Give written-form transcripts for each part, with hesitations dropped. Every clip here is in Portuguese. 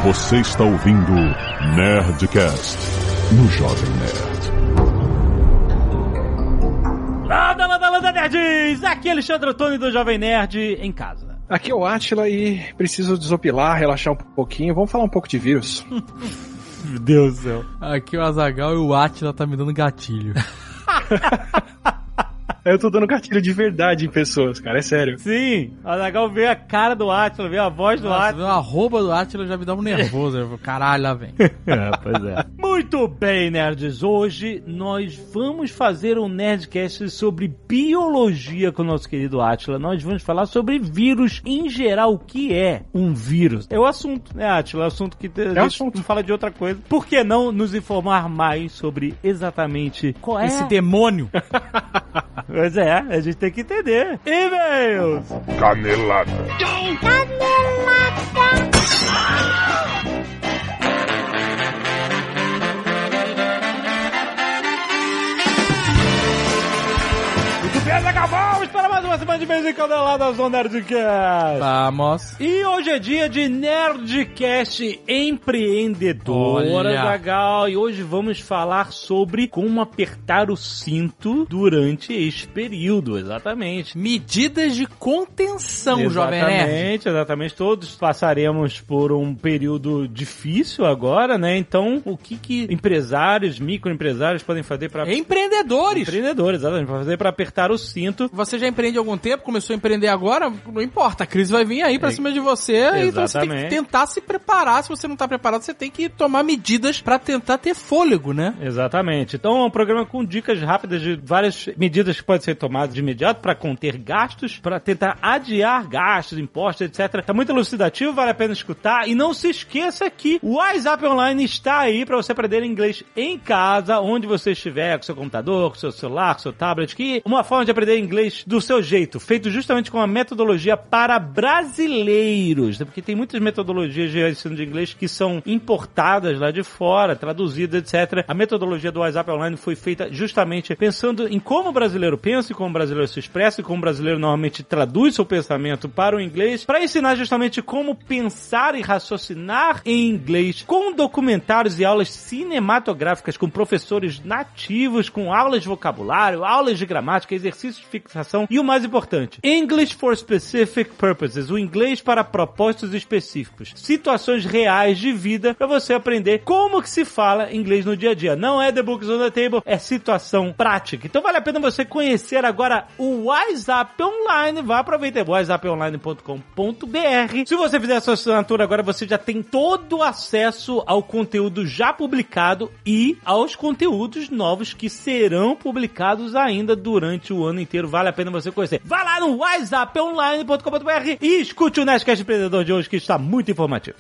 Você está ouvindo Nerdcast no Jovem Nerd. Landa nerds! Aqui é Alexandre Ottoni do Jovem Nerd em casa. Aqui é o Átila e preciso desopilar, relaxar um pouquinho. Vamos falar um pouco de vírus. Meu Deus do céu. Aqui é o Azaghal e o Átila tá me dando gatilho. Eu tô dando gatilho de verdade em pessoas, cara, é sério. Sim, o Azaghal vê a cara do Átila, vê a voz do Átila. O arroba do Átila já me dá um nervoso. Eu falo, caralho, lá vem. Pois é. Muito bem, nerds. Hoje nós vamos fazer um Nerdcast sobre biologia com o nosso querido Átila. Nós vamos falar sobre vírus em geral. O que é um vírus? É o assunto, né, Átila? É o assunto que a gente não fala de outra coisa. Por que não nos informar mais sobre exatamente qual é esse demônio? Pois é, a gente tem que entender. E-mails! Canelada. Muito bem, acabamos para mais uma semana de e-mails encandeladas do Nerdcast. Vamos. E hoje é dia de Nerdcast empreendedora, Azaghal. E hoje vamos falar sobre como apertar o cinto durante este período, exatamente. Medidas de contenção, Jovem Nerd. Exatamente. Todos passaremos por um período difícil agora, né? Então, o que empresários, microempresários podem fazer para... Empreendedores, exatamente. Para fazer para apertar o cinto. Você já empreende há algum tempo, começou a empreender agora, não importa, a crise vai vir aí pra cima de você, então você tem que tentar se preparar. Se você não tá preparado, você tem que tomar medidas pra tentar ter fôlego, né? Exatamente. Então é um programa com dicas rápidas de várias medidas que podem ser tomadas de imediato pra conter gastos, pra tentar adiar gastos, impostos, etc. Tá muito elucidativo, vale a pena escutar. E não se esqueça que o WhatsApp Online está aí pra você aprender inglês em casa, onde você estiver, com seu computador, com seu celular, com seu tablet, que uma forma de aprender inglês do seu jeito, feito justamente com uma metodologia para brasileiros, porque tem muitas metodologias de ensino de inglês que são importadas lá de fora, traduzidas, etc. A metodologia do WhatsApp Online foi feita justamente pensando em como o brasileiro pensa, e como o brasileiro se expressa, e como o brasileiro normalmente traduz seu pensamento para o inglês, para ensinar justamente como pensar e raciocinar em inglês, com documentários e aulas cinematográficas com professores nativos, com aulas de vocabulário, aulas de gramática, exercícios de fixação e o mais importante, English for Specific Purposes, o inglês para propósitos específicos, situações reais de vida para você aprender como que se fala inglês no dia a dia. Não é the books on the table, é situação prática. Então vale a pena você conhecer agora o WhatsApp Online. Vá aproveitar whatsapponline.com.br. Se você fizer a sua assinatura agora, você já tem todo o acesso ao conteúdo já publicado e aos conteúdos novos que serão publicados ainda durante o ano inteiro. Vale a pena você conhecer. Vá lá no whatsapponline.com.br e escute o Nerdcast Empreendedor de hoje, que está muito informativo.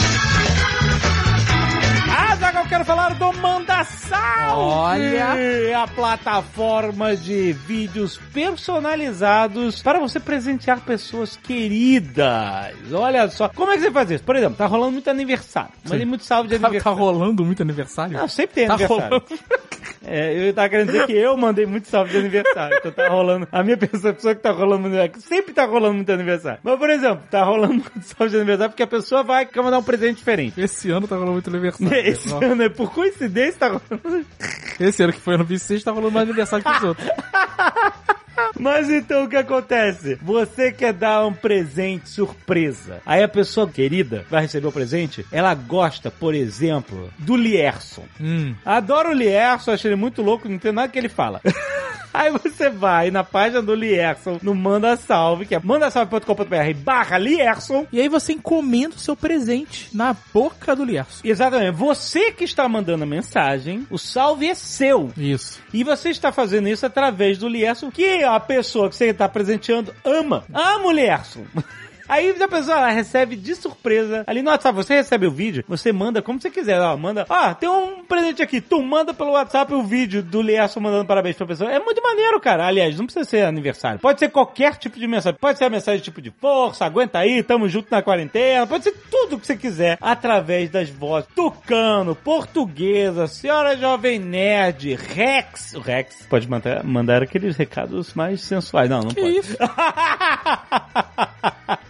Agora eu quero falar do Manda Salve! Olha! A plataforma de vídeos personalizados para você presentear pessoas queridas. Olha só. Como é que você faz isso? Por exemplo, tá rolando muito aniversário. Mandei muito salve de aniversário. Tá rolando muito aniversário? Não, sempre tem aniversário. Eu tava querendo dizer que eu mandei muito salve de aniversário. Então tá rolando. A minha pessoa que tá rolando muito, sempre tá rolando muito aniversário. Mas, por exemplo, tá rolando muito salve de aniversário porque a pessoa quer mandar um presente diferente. Esse ano tá rolando muito aniversário. Esse ano é por coincidência tá rolando. Esse ano que foi ano bissexto tá rolando mais aniversário que os outros. Mas então o que acontece? Você quer dar um presente surpresa. Aí a pessoa querida vai receber o presente. Ela gosta, por exemplo, do Lierson. Adora o Lierson, acha ele muito louco, não tem nada que ele fala. Aí você vai na página do Lierson, no Manda Salve, que é mandasalve.com.br/Lierson. E aí você encomenda o seu presente na boca do Lierson. Exatamente. Você que está mandando a mensagem, o salve é seu. Isso. E você está fazendo isso através do Lierson, que a pessoa que você está presenteando ama. Ama o Lierson. Aí a pessoa ela recebe de surpresa ali no WhatsApp. Você recebe o vídeo, você manda como você quiser. Ó, manda, tem um presente aqui. Tu manda pelo WhatsApp o vídeo do Lierson mandando parabéns pra pessoa. É muito maneiro, cara. Aliás, não precisa ser aniversário. Pode ser qualquer tipo de mensagem. Pode ser a mensagem tipo de força, aguenta aí, tamo junto na quarentena. Pode ser tudo que você quiser através das vozes. Tucano, Portuguesa, Senhora Jovem Nerd, Rex. O Rex pode mandar aqueles recados mais sensuais. Não que pode. Isso?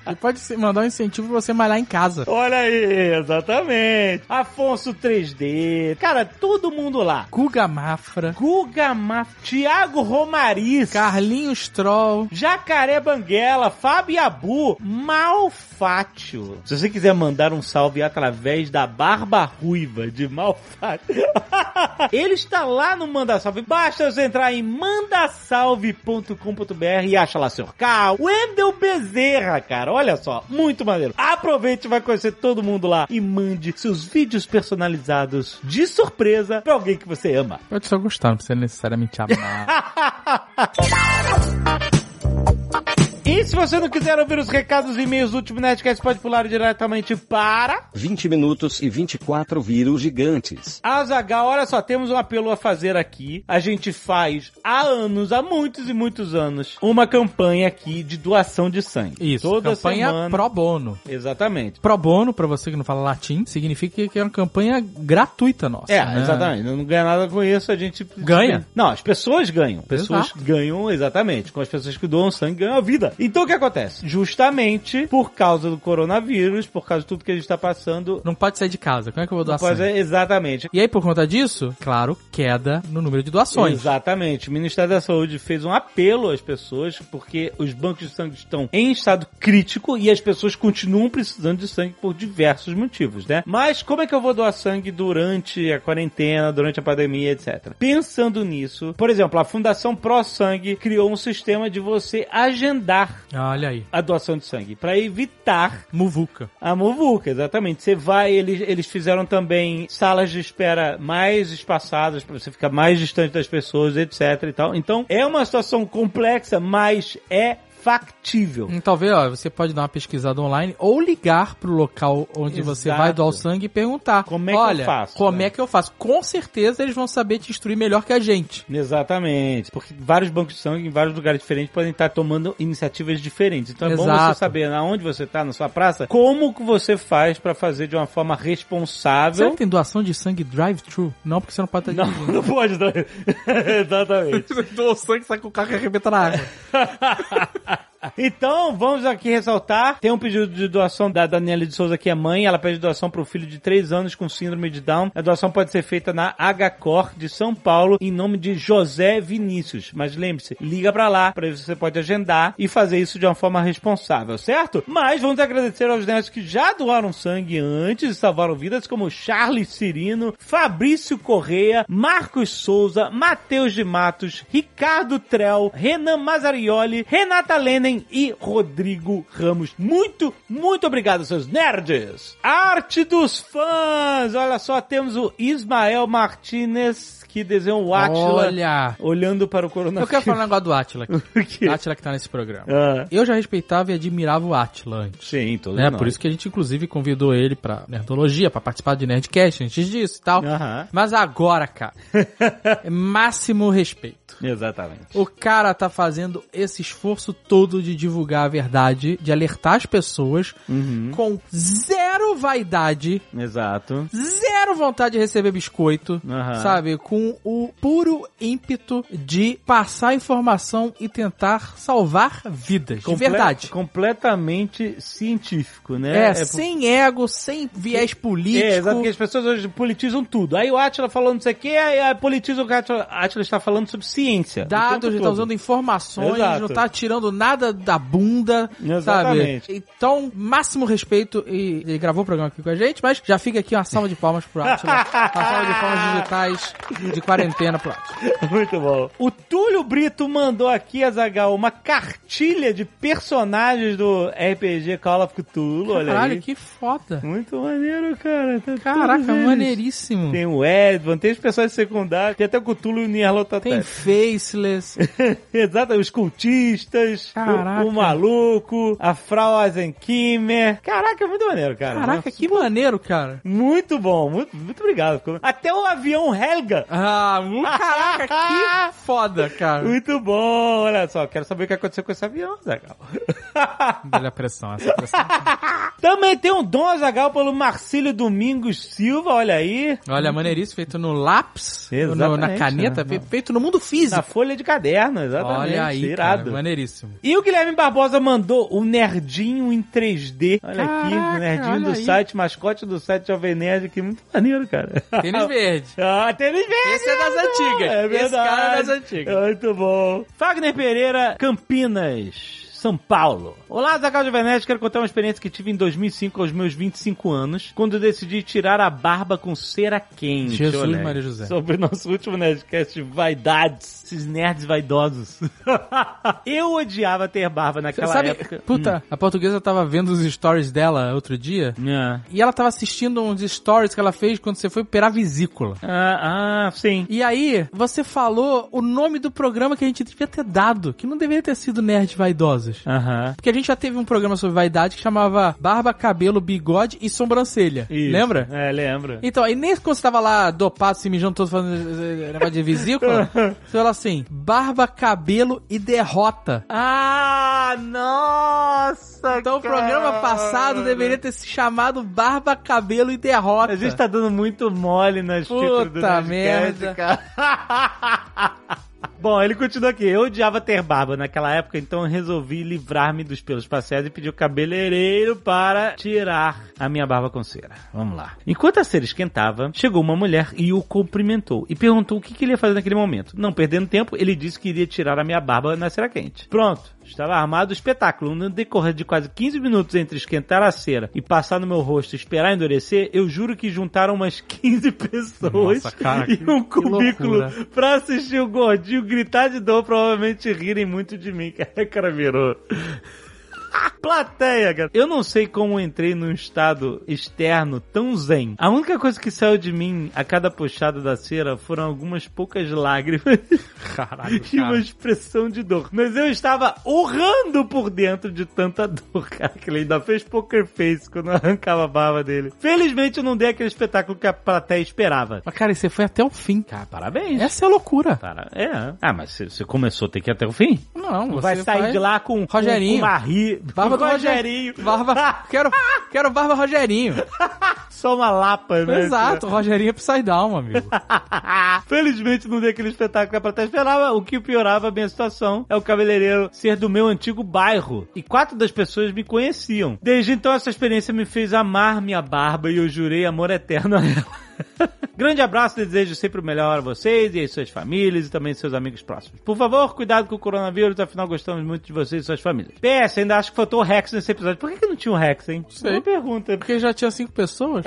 Ele pode mandar um incentivo pra você malhar em casa. Olha aí, exatamente. Afonso 3D. Cara, todo mundo lá. Guga Mafra. Thiago Romariz. Carlinhos Troll. Jacaré Banguela. Fábio Abu. Malfátio. Se você quiser mandar um salve através da Barba Ruiva de Malfátio, ele está lá no Manda Salve. Basta você entrar em mandasalve.com.br e acha lá seu carro. Wendel Bezerra, cara. Olha só, muito maneiro. Aproveite, vai conhecer todo mundo lá e mande seus vídeos personalizados de surpresa pra alguém que você ama. Pode só gostar, não precisa necessariamente amar. E se você não quiser ouvir os recados e e-mails do último Nerdcast, pode pular diretamente para 20 minutos e 24 vírus gigantes. Azaghal, olha só, temos um apelo a fazer aqui. A gente faz há muitos e muitos anos, uma campanha aqui de doação de sangue. Isso, toda campanha semana. pro bono. Exatamente. Pro bono, pra você que não fala latim, significa que é uma campanha gratuita nossa. Né? Exatamente. Não ganha nada com isso, a gente... Ganha? Não, as pessoas ganham. Pessoas ganham, exatamente. Com as pessoas que doam sangue, ganham a vida. Então o que acontece? Justamente por causa do coronavírus, por causa de tudo que a gente tá passando... Não pode sair de casa. Como é que eu vou doar sangue? Exatamente. E aí, por conta disso, claro, queda no número de doações. Exatamente. O Ministério da Saúde fez um apelo às pessoas, porque os bancos de sangue estão em estado crítico e as pessoas continuam precisando de sangue por diversos motivos, né? Mas como é que eu vou doar sangue durante a quarentena, durante a pandemia, etc? Pensando nisso, por exemplo, a Fundação Pro Sangue criou um sistema de você agendar olha aí a doação de sangue, para evitar muvuca. A muvuca, exatamente. Você vai, eles fizeram também salas de espera mais espaçadas, para você ficar mais distante das pessoas, etc e tal. Então, é uma situação complexa, mas é factível. Talvez, você pode dar uma pesquisada online ou ligar pro local onde você vai doar o sangue e perguntar. Como é que eu faço? Como é que eu faço? Com certeza eles vão saber te instruir melhor que a gente. Exatamente. Porque vários bancos de sangue em vários lugares diferentes podem estar tomando iniciativas diferentes. Então é bom você saber aonde você tá, na sua praça, como que você faz pra fazer de uma forma responsável. Será que tem doação de sangue drive-thru? Não, porque você não pode estar dirigindo. Não pode. Exatamente. Você doa o sangue e sai com o carro que arrebenta na água. Então, vamos aqui ressaltar, tem um pedido de doação da Daniela de Souza, que é mãe, ela pede doação para o filho de 3 anos com síndrome de Down. A doação pode ser feita na HCOR de São Paulo, em nome de José Vinícius. Mas lembre-se, liga pra lá, pra isso você pode agendar e fazer isso de uma forma responsável, certo? Mas vamos agradecer aos nerds que já doaram sangue antes e salvaram vidas, como Charles Cirino, Fabrício Correia, Marcos Souza, Matheus de Matos, Ricardo Trell, Renan Mazzarioli, Renata Lenen e Rodrigo Ramos. Muito, muito obrigado, seus nerds! Arte dos fãs! Olha só, temos o Ismael Martinez, que desenhou o Átila olhando para o coronavírus. Eu quero falar um negócio do Átila aqui. Átila que tá nesse programa. Eu já respeitava e admirava o Átila antes. Sim, todos nós. Por isso que a gente, inclusive, convidou ele pra Nerdologia, pra participar de Nerdcast antes disso e tal. Mas agora, cara, é máximo respeito. Exatamente. O cara tá fazendo esse esforço todo de divulgar a verdade, de alertar as pessoas com zero vaidade. Exato. Zero vontade de receber biscoito, sabe? Com o puro ímpeto de passar informação e tentar salvar vidas. De verdade. Completamente científico, né? Sem ego, sem viés político. Exato, porque as pessoas hoje politizam tudo. Aí o Átila falando não sei o que, aí politiza o que o Átila está falando sobre ciência. Dados, ele tá usando informações, não tá tirando nada da bunda, sabe? Então, máximo respeito, e ele gravou o programa aqui com a gente, mas já fica aqui uma salva de palmas pro Átila. Uma salva de palmas digitais de quarentena pro Átila. Muito bom. O Túlio Brito mandou aqui, Azaghal, uma cartilha de personagens do RPG Call of Cthulhu, olha aí. Caralho, que foda. Muito maneiro, cara. Caraca, maneiríssimo. Tem o Edvan, tem os personagens secundários, tem até o Cthulhu e o Nyarlathotep. Tem Faceless. Exato, os cultistas, o maluco, a Frau Eisenkimmer. Caraca, é muito maneiro, cara. Caraca, que maneiro, cara. Muito bom, muito obrigado. Até o avião Helga. Caraca, que foda, cara. Muito bom, olha só, quero saber o que aconteceu com esse avião, Zaghal. Olha a pressão, essa pressão. Também tem um Dom Azaghal pelo Marcílio Domingos Silva, olha aí. Olha, maneiríssimo, feito no lápis, na caneta, feito no mundo físico. Na folha de caderno, exatamente. Olha aí, irado. Cara, maneiríssimo. E o Guilherme Barbosa mandou o Nerdinho em 3D. Olha aqui, o Nerdinho do site, mascote do site Jovem Nerd, que muito maneiro, cara. Tênis verde. Tênis verde. Esse é das antigas. É verdade. Esse cara é das antigas. Muito bom. Fagner Pereira, Campinas, São Paulo. Olá, Azaghal Jovem Nerd, quero contar uma experiência que tive em 2005, aos meus 25 anos, quando eu decidi tirar a barba com cera quente. Jesus, Maria José. Sobre o nosso último Nerdcast, vaidades. Esses nerds vaidosos. Eu odiava ter barba naquela época. Puta, a portuguesa tava vendo os stories dela outro dia, e ela tava assistindo uns stories que ela fez quando você foi operar vesícula. Sim. E aí, você falou o nome do programa que a gente devia ter dado, que não deveria ter sido Nerd Vaidosos. Porque a gente já teve um programa sobre vaidade que chamava Barba, Cabelo, Bigode e Sobrancelha. Isso. Lembra? Lembro. Então, aí nem quando você tava lá dopado, se mijando todo, fazendo negócio de vesícula, você fala assim, barba, cabelo e derrota. Nossa, então, o programa passado deveria ter se chamado Barba, Cabelo e Derrota. A gente tá dando muito mole nas títulos do Nerdcast, merda, cara. Bom, ele continua aqui. Eu odiava ter barba naquela época, então eu resolvi livrar-me dos pelos faciais e pedi ao cabeleireiro para tirar a minha barba com cera. Vamos lá. Enquanto a cera esquentava, chegou uma mulher e o cumprimentou e perguntou o que ele ia fazer naquele momento. Não perdendo tempo, ele disse que iria tirar a minha barba na cera quente. Pronto. Estava armado o espetáculo. No decorrer de quase 15 minutos entre esquentar a cera e passar no meu rosto e esperar endurecer, eu juro que juntaram umas 15 pessoas. Nossa, cara, e um cubículo pra assistir o gordinho gritar de dor, provavelmente rirem muito de mim. Cara, virou... Plateia, cara. Eu não sei como entrei num estado externo tão zen. A única coisa que saiu de mim a cada puxada da cera foram algumas poucas lágrimas. Caralho, e uma expressão de dor. Mas eu estava urrando por dentro de tanta dor, cara, que ele ainda fez poker face quando arrancava a barba dele. Felizmente eu não dei aquele espetáculo que a plateia esperava. Mas, cara, você foi até o fim. Cara, parabéns. Essa é loucura. Mas você começou a ter que ir até o fim? Não, você vai sair de lá com Rogerinho. Com barba do Rogerinho. Barba... Quero barba Rogerinho. Só uma lapa, né? Exato, Rogerinho é upside down, amigo. Felizmente não dei aquele espetáculo que a plateia esperava. O que piorava a minha situação é o cabeleireiro ser do meu antigo bairro. E 4 das pessoas me conheciam. Desde então essa experiência me fez amar minha barba e eu jurei amor eterno a ela. Grande abraço, desejo sempre o melhor a vocês e as suas famílias e também seus amigos próximos. Por favor, cuidado com o coronavírus, afinal gostamos muito de vocês e suas famílias. PS, ainda acho que faltou o Rex nesse episódio. Por que não tinha um Rex, hein? Sei. Boa pergunta. Porque já tinha 5 pessoas.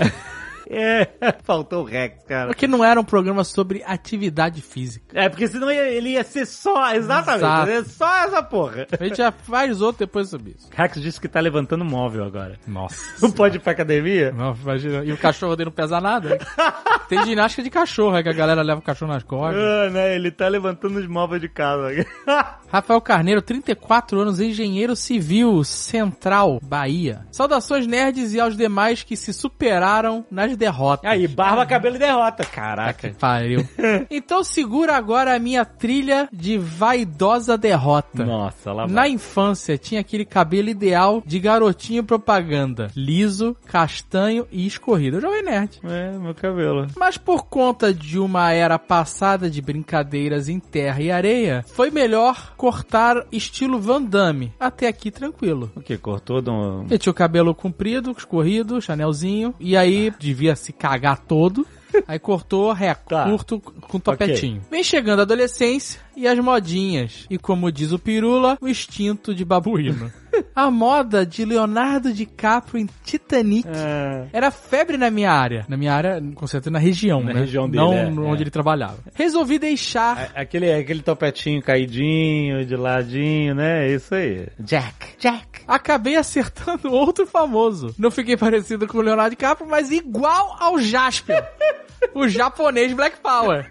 Faltou o Rex, cara. Porque não era um programa sobre atividade física. Porque senão ele ia ser só, exatamente, ia ser só essa porra. A gente já faz outro depois sobre isso. Rex disse que tá levantando móvel agora. Nossa. Não pode ir pra academia? Não, imagina. E o cachorro dele não pesa nada. Tem ginástica de cachorro, que a galera leva o cachorro nas costas. Né? Ele tá levantando os móveis de casa. Rafael Carneiro, 34 anos, engenheiro civil, Central, Bahia. Saudações nerds e aos demais que se superaram nas derrotas. Aí, barba, cabelo e derrota. Caraca. Que pariu. Então segura agora a minha trilha de vaidosa derrota. Nossa, lá vai. Na infância, tinha aquele cabelo ideal de garotinho propaganda. Liso, castanho e escorrido. Eu jovem nerd. Meu cabelo. Mas por conta de uma era passada de brincadeiras em terra e areia, foi melhor cortar estilo Van Damme. Até aqui tranquilo. O que? Cortou? Ele tinha o cabelo comprido, escorrido, chanelzinho, e aí devia se cagar todo. Aí cortou curto com topetinho. Okay. Vem chegando a adolescência e as modinhas. E como diz o Pirula, o instinto de babuíno. A moda de Leonardo DiCaprio em Titanic era febre na minha área. Na minha área, com certeza, na região, né? Região dele, não onde ele trabalhava. Resolvi deixar... Aquele topetinho caidinho, de ladinho, né? Isso aí. Jack. Acabei acertando outro famoso. Não fiquei parecido com o Leonardo DiCaprio, mas igual ao Jasper. O japonês Black Power.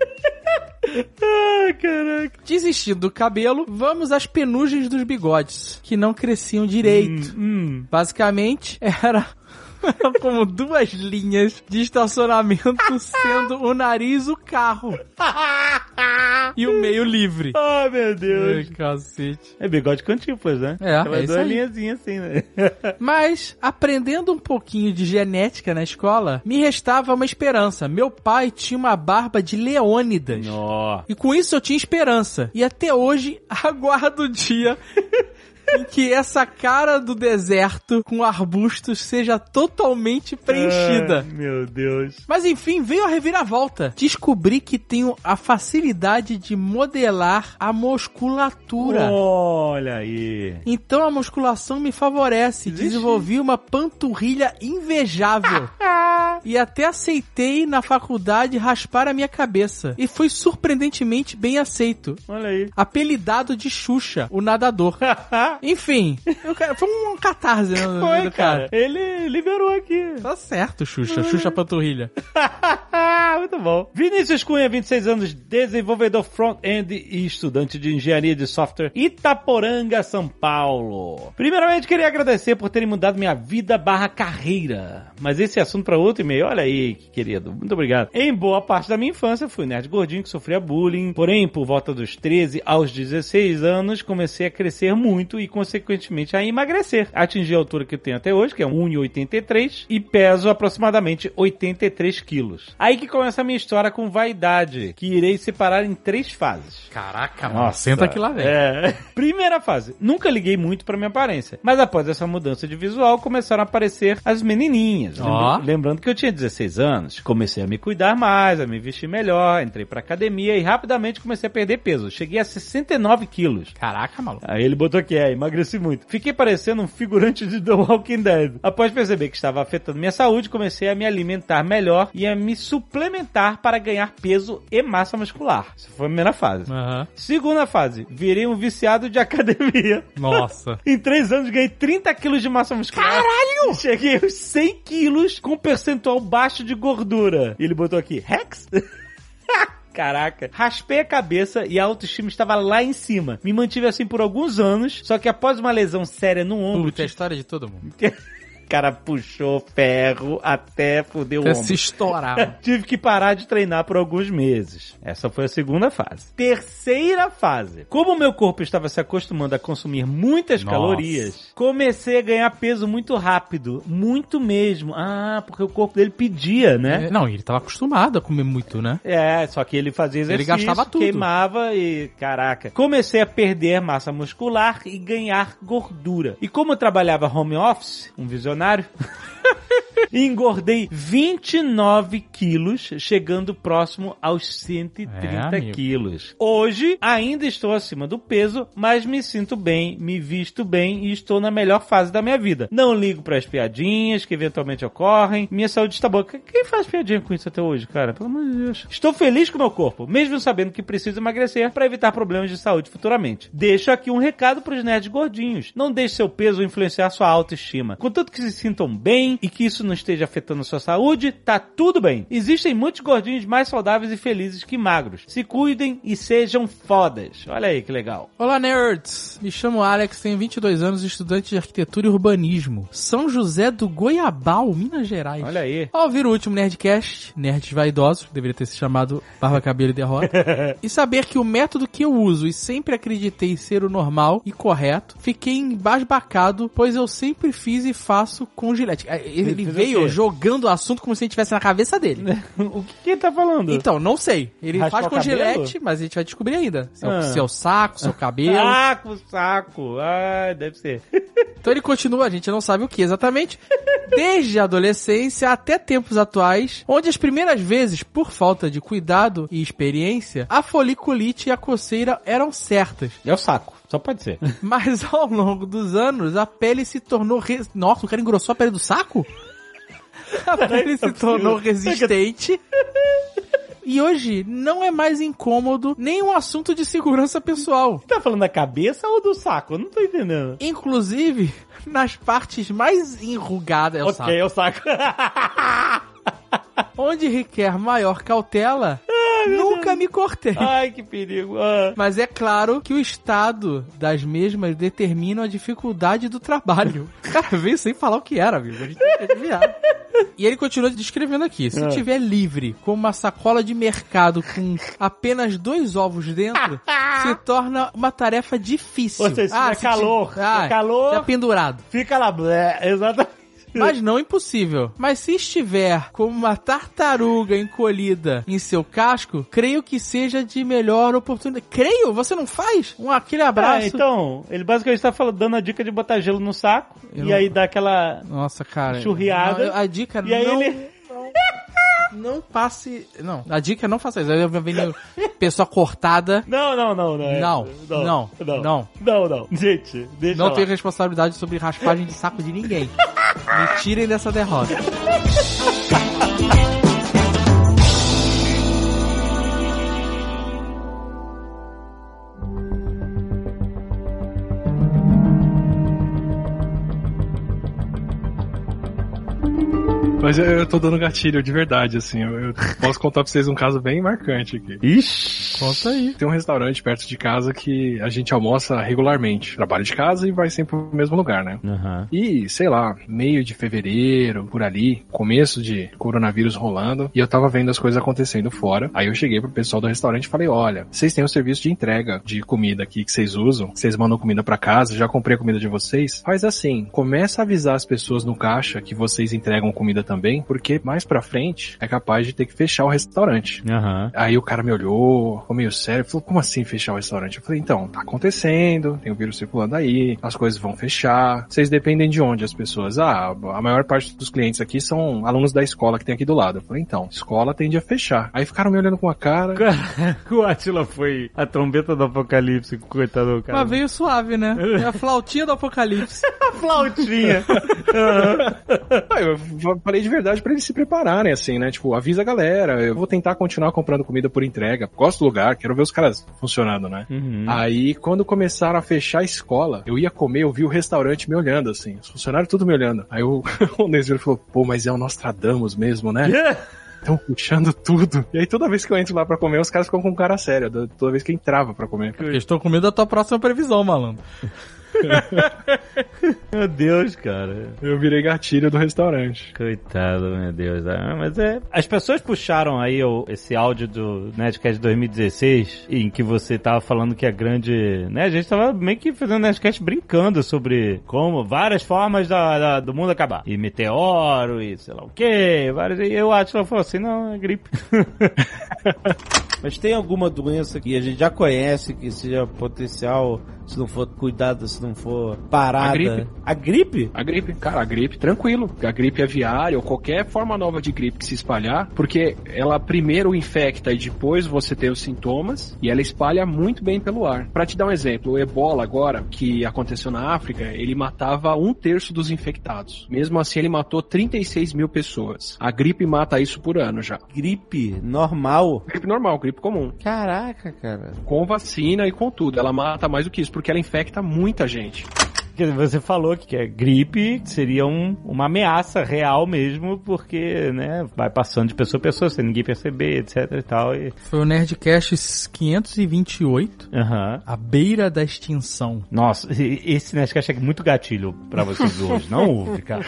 Caraca. Desistindo do cabelo, vamos às penugens dos bigodes, que não cresciam direito. Basicamente, era como 2 linhas de estacionamento, sendo o nariz o carro. e o meio livre. Ai, meu Deus. Ai, cacete. É bigode cantípulas, né? É isso aí. Linhazinhas assim, né? Mas, aprendendo um pouquinho de genética na escola, me restava uma esperança. Meu pai tinha uma barba de Leônidas. Oh. E com isso eu tinha esperança. E até hoje, aguardo o dia em que essa cara do deserto com arbustos seja totalmente preenchida. Meu Deus. Mas enfim, veio a reviravolta. Descobri que tenho a facilidade de modelar a musculatura. Olha aí. Então a musculação me favorece. Desenvolvi uma panturrilha invejável. E até aceitei na faculdade raspar a minha cabeça. E foi surpreendentemente bem aceito. Olha aí. Apelidado de Xuxa, o nadador. Enfim, foi um catarse, né? Foi, cara. Ele liberou aqui. Tá certo, Xuxa. Xuxa panturrilha. Muito bom. Vinícius Cunha, 26 anos, desenvolvedor front-end e estudante de engenharia de software, Itaporanga, São Paulo. Primeiramente, queria agradecer por terem mudado minha vida / carreira. Mas esse assunto para outro e-mail. Olha aí, que querido. Muito obrigado. Em boa parte da minha infância, fui nerd gordinho que sofria bullying. Porém, por volta dos 13 aos 16 anos, comecei a crescer muito e, consequentemente, a emagrecer. Atingi a altura que eu tenho até hoje, que é 1,83, e peso aproximadamente 83 quilos. Aí que começa a minha história com vaidade, que irei separar em 3 fases. Caraca, mano. Senta aqui lá, velho. Primeira fase. Nunca liguei muito pra minha aparência, mas após essa mudança de visual, começaram a aparecer as menininhas. Lembrando que eu tinha 16 anos. Comecei a me cuidar mais, a me vestir melhor, entrei pra academia e rapidamente comecei a perder peso. Cheguei a 69 quilos. Caraca, maluco. Aí ele botou aqui, emagreci muito. Fiquei parecendo um figurante de The Walking Dead. Após perceber que estava afetando minha saúde, comecei a me alimentar melhor e a me suplementar para ganhar peso e massa muscular. Essa foi a primeira fase. Segunda fase, virei um viciado de academia. Nossa. Em 3 anos ganhei 30 quilos de massa muscular. Caralho! Cheguei aos 100 quilos com percentual baixo de gordura. E ele botou aqui, Rex? Caraca. Raspei a cabeça e a autoestima estava lá em cima. Me mantive assim por alguns anos, só que após uma lesão séria no ombro... Puta, é a história de todo mundo. O cara puxou ferro até foder o ombro. Se estourar. Tive que parar de treinar por alguns meses. Essa foi a segunda fase. Terceira fase. Como o meu corpo estava se acostumando a consumir muitas calorias, comecei a ganhar peso muito rápido. Muito mesmo. Ah, porque o corpo dele pedia, né? Não, ele estava acostumado a comer muito, né? Só que ele fazia exercício, ele gastava tudo. Queimava e... Caraca. Comecei a perder massa muscular e ganhar gordura. E como eu trabalhava home office, um visionário, engordei 29 quilos, chegando próximo aos 130 quilos. Hoje, ainda estou acima do peso, mas me sinto bem, me visto bem e estou na melhor fase da minha vida. Não ligo para as piadinhas que eventualmente ocorrem. Minha saúde está boa. Quem faz piadinha com isso até hoje, cara? Pelo amor de Deus. Estou feliz com o meu corpo, mesmo sabendo que preciso emagrecer para evitar problemas de saúde futuramente. Deixo aqui um recado para os nerds gordinhos. Não deixe seu peso influenciar sua autoestima. Contanto que se sintam bem e que isso não esteja afetando a sua saúde, tá tudo bem. Existem muitos gordinhos mais saudáveis e felizes que magros. Se cuidem e sejam fodas. Olha aí que legal. Olá, nerds. Me chamo Alex, tenho 22 anos, estudante de arquitetura e urbanismo. São José do Goiabal, Minas Gerais. Olha aí. Ao ouvir o último Nerdcast, Nerds Vaidosos, que deveria ter se chamado Barba, Cabelo e Derrota, e saber que o método que eu uso e sempre acreditei ser o normal e correto, fiquei embasbacado, pois eu sempre fiz e faço com Gillette. Ele veio jogando o assunto como se a gente tivesse na cabeça dele. O que ele tá falando? Então, não sei. Ele Raspar faz com Gillette, mas a gente vai descobrir ainda. Seu saco, seu cabelo. Saco. Ah, deve ser. Então ele continua, a gente não sabe o que exatamente. Desde a adolescência até tempos atuais, onde as primeiras vezes, por falta de cuidado e experiência, a foliculite e a coceira eram certas. É o saco. Só pode ser. Mas ao longo dos anos, a pele se tornou... Nossa, o cara engrossou a pele do saco? A pele se tornou resistente. E hoje não é mais incômodo nem um assunto de segurança pessoal. Você tá falando da cabeça ou do saco? Eu não tô entendendo. Inclusive, nas partes mais enrugadas... É o saco. Onde requer maior cautela... Nunca nunca me cortei. Ai, que perigo. Mas é claro que o estado das mesmas determina a dificuldade do trabalho. Cara, veio sem falar o que era, amigo. A gente tem que adivinhar. E ele continua descrevendo aqui. Se tiver livre, com uma sacola de mercado com apenas 2 ovos dentro, se torna uma tarefa difícil. Ou seja, se calor. Calor. Tá pendurado. Fica lá. Exatamente. Mas não impossível. Mas se estiver como uma tartaruga encolhida em seu casco, creio que seja de melhor oportunidade. Creio? Você não faz? Aquele abraço. Então, ele basicamente tá dando a dica de botar gelo no saco e aí dá aquela nossa, cara, churriada. Não, a dica e aí não... ele... Não passe... Não, a dica é não faça isso. Eu venho pessoa cortada. Não. Gente, deixa Não lá. tenho responsabilidade sobre raspagem de saco de ninguém. Me tirem dessa derrota. Mas eu tô dando gatilho de verdade, assim. Eu posso contar pra vocês um caso bem marcante aqui. Ixi! Conta aí. Tem um restaurante perto de casa que a gente almoça regularmente. Trabalho de casa e vai sempre pro mesmo lugar, né? Uhum. E, sei lá, meio de fevereiro, por ali, começo de coronavírus rolando, e eu tava vendo as coisas acontecendo fora. Aí eu cheguei pro pessoal do restaurante e falei, olha, vocês têm um serviço de entrega de comida aqui que vocês usam, vocês mandam comida pra casa, já comprei a comida de vocês. Faz assim, começa a avisar as pessoas no caixa que vocês entregam comida também, porque mais pra frente é capaz de ter que fechar o restaurante. Uhum. Aí o cara me olhou, ficou meio sério, falou, como assim fechar o restaurante? Eu falei, então, tá acontecendo, tem o vírus circulando aí, as coisas vão fechar. Vocês dependem de onde as pessoas? A maior parte dos clientes aqui são alunos da escola que tem aqui do lado. Eu falei, então, escola tende a fechar. Aí ficaram me olhando com a cara. O Átila foi a trombeta do apocalipse, coitado do cara. Mas veio suave, né? É a flautinha do apocalipse. A flautinha. Eu falei de verdade pra eles se prepararem, assim, né? Tipo, avisa a galera, eu vou tentar continuar comprando comida por entrega. Gosto do lugar, quero ver os caras funcionando, né? Uhum. Aí, quando começaram a fechar a escola, eu ia comer, eu vi o restaurante me olhando, assim. Os funcionários tudo me olhando. Aí o Nesviro falou, pô, mas é o Nostradamus mesmo, né? Estão puxando tudo. E aí toda vez que eu entro lá pra comer, os caras ficam com cara séria. Toda vez que eu entrava pra comer. Eu estou com medo da tua próxima previsão, malandro. Meu Deus, cara. Eu virei gatilho do restaurante. Coitado, meu Deus. Mas as pessoas puxaram aí esse áudio do Nerdcast 2016, em que você tava falando que a grande... né, a gente tava meio que fazendo Nerdcast brincando sobre como várias formas do mundo acabar. E meteoro, e sei lá o quê. E o Átila falou assim, não, é gripe. Mas tem alguma doença que a gente já conhece que seja potencial, se não for cuidado, se não for parada? A gripe. A gripe? A gripe, cara, a gripe, tranquilo. A gripe aviária ou qualquer forma nova de gripe que se espalhar, porque ela primeiro infecta e depois você tem os sintomas e ela espalha muito bem pelo ar. Pra te dar um exemplo, o Ebola agora, que aconteceu na África, ele matava 1/3 dos infectados. Mesmo assim, ele matou 36 mil pessoas. A gripe mata isso por ano já. Gripe normal? Gripe normal, gripe comum. Caraca, cara. Com vacina e com tudo. Ela mata mais do que isso, porque ela infecta muita gente. Você falou que a gripe seria uma ameaça real mesmo, porque, né, vai passando de pessoa a pessoa, sem ninguém perceber, etc e tal. Foi o Nerdcast 528, à beira da extinção. Nossa, esse Nerdcast é muito gatilho pra vocês hoje, não ouve, cara.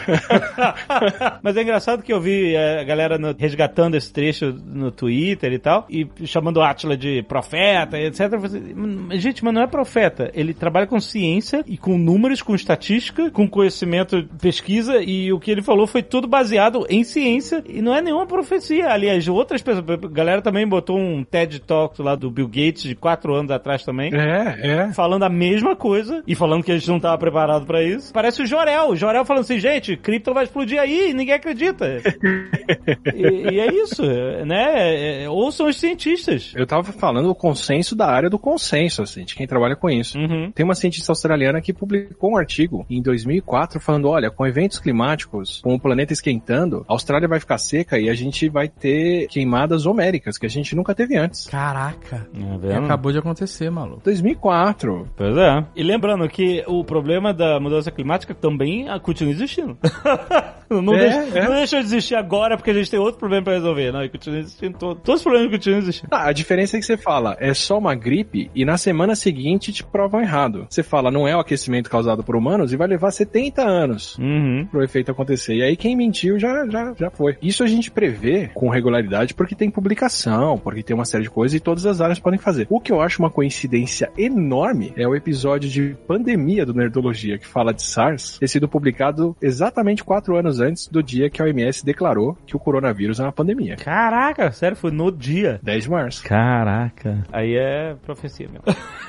Mas é engraçado que eu vi a galera resgatando esse trecho no Twitter e tal, e chamando o Átila de profeta, etc. Gente, mas não é profeta, ele trabalha com ciência e com números, com estatística, com conhecimento, pesquisa, e o que ele falou foi tudo baseado em ciência e não é nenhuma profecia. Aliás, outras pessoas, a galera também botou um TED Talk lá do Bill Gates de 4 anos atrás também. Falando a mesma coisa e falando que a gente não estava preparado pra isso. Parece o Jorel falando assim, gente, cripto vai explodir aí e ninguém acredita. e é isso, né? Ouçam os cientistas. Eu tava falando o consenso da área do consenso, assim, de quem trabalha com isso. Uhum. Tem uma cientista australiana que publicou um artigo em 2004 falando, olha, com eventos climáticos, com o planeta esquentando, a Austrália vai ficar seca e a gente vai ter queimadas homéricas, que a gente nunca teve antes. Caraca. Acabou de acontecer, maluco. 2004. Pois é. E lembrando que o problema da mudança climática também continua existindo. Não deixa eu desistir agora porque a gente tem outro problema pra resolver. Não, e continua existindo todos os problemas continuam existindo. A diferença é que você fala, é só uma gripe e na semana seguinte te provam errado. Você fala, não é o aquecimento causado por humanos e vai levar 70 anos pro efeito acontecer. E aí quem mentiu já foi. Isso a gente prevê com regularidade porque tem publicação, porque tem uma série de coisas e todas as áreas podem fazer. O que eu acho uma coincidência enorme é o episódio de pandemia do Nerdologia, que fala de SARS, ter sido publicado exatamente 4 anos antes do dia que a OMS declarou que o coronavírus é uma pandemia. Caraca, sério, foi no dia? 10 de março. Caraca. Aí é profecia mesmo.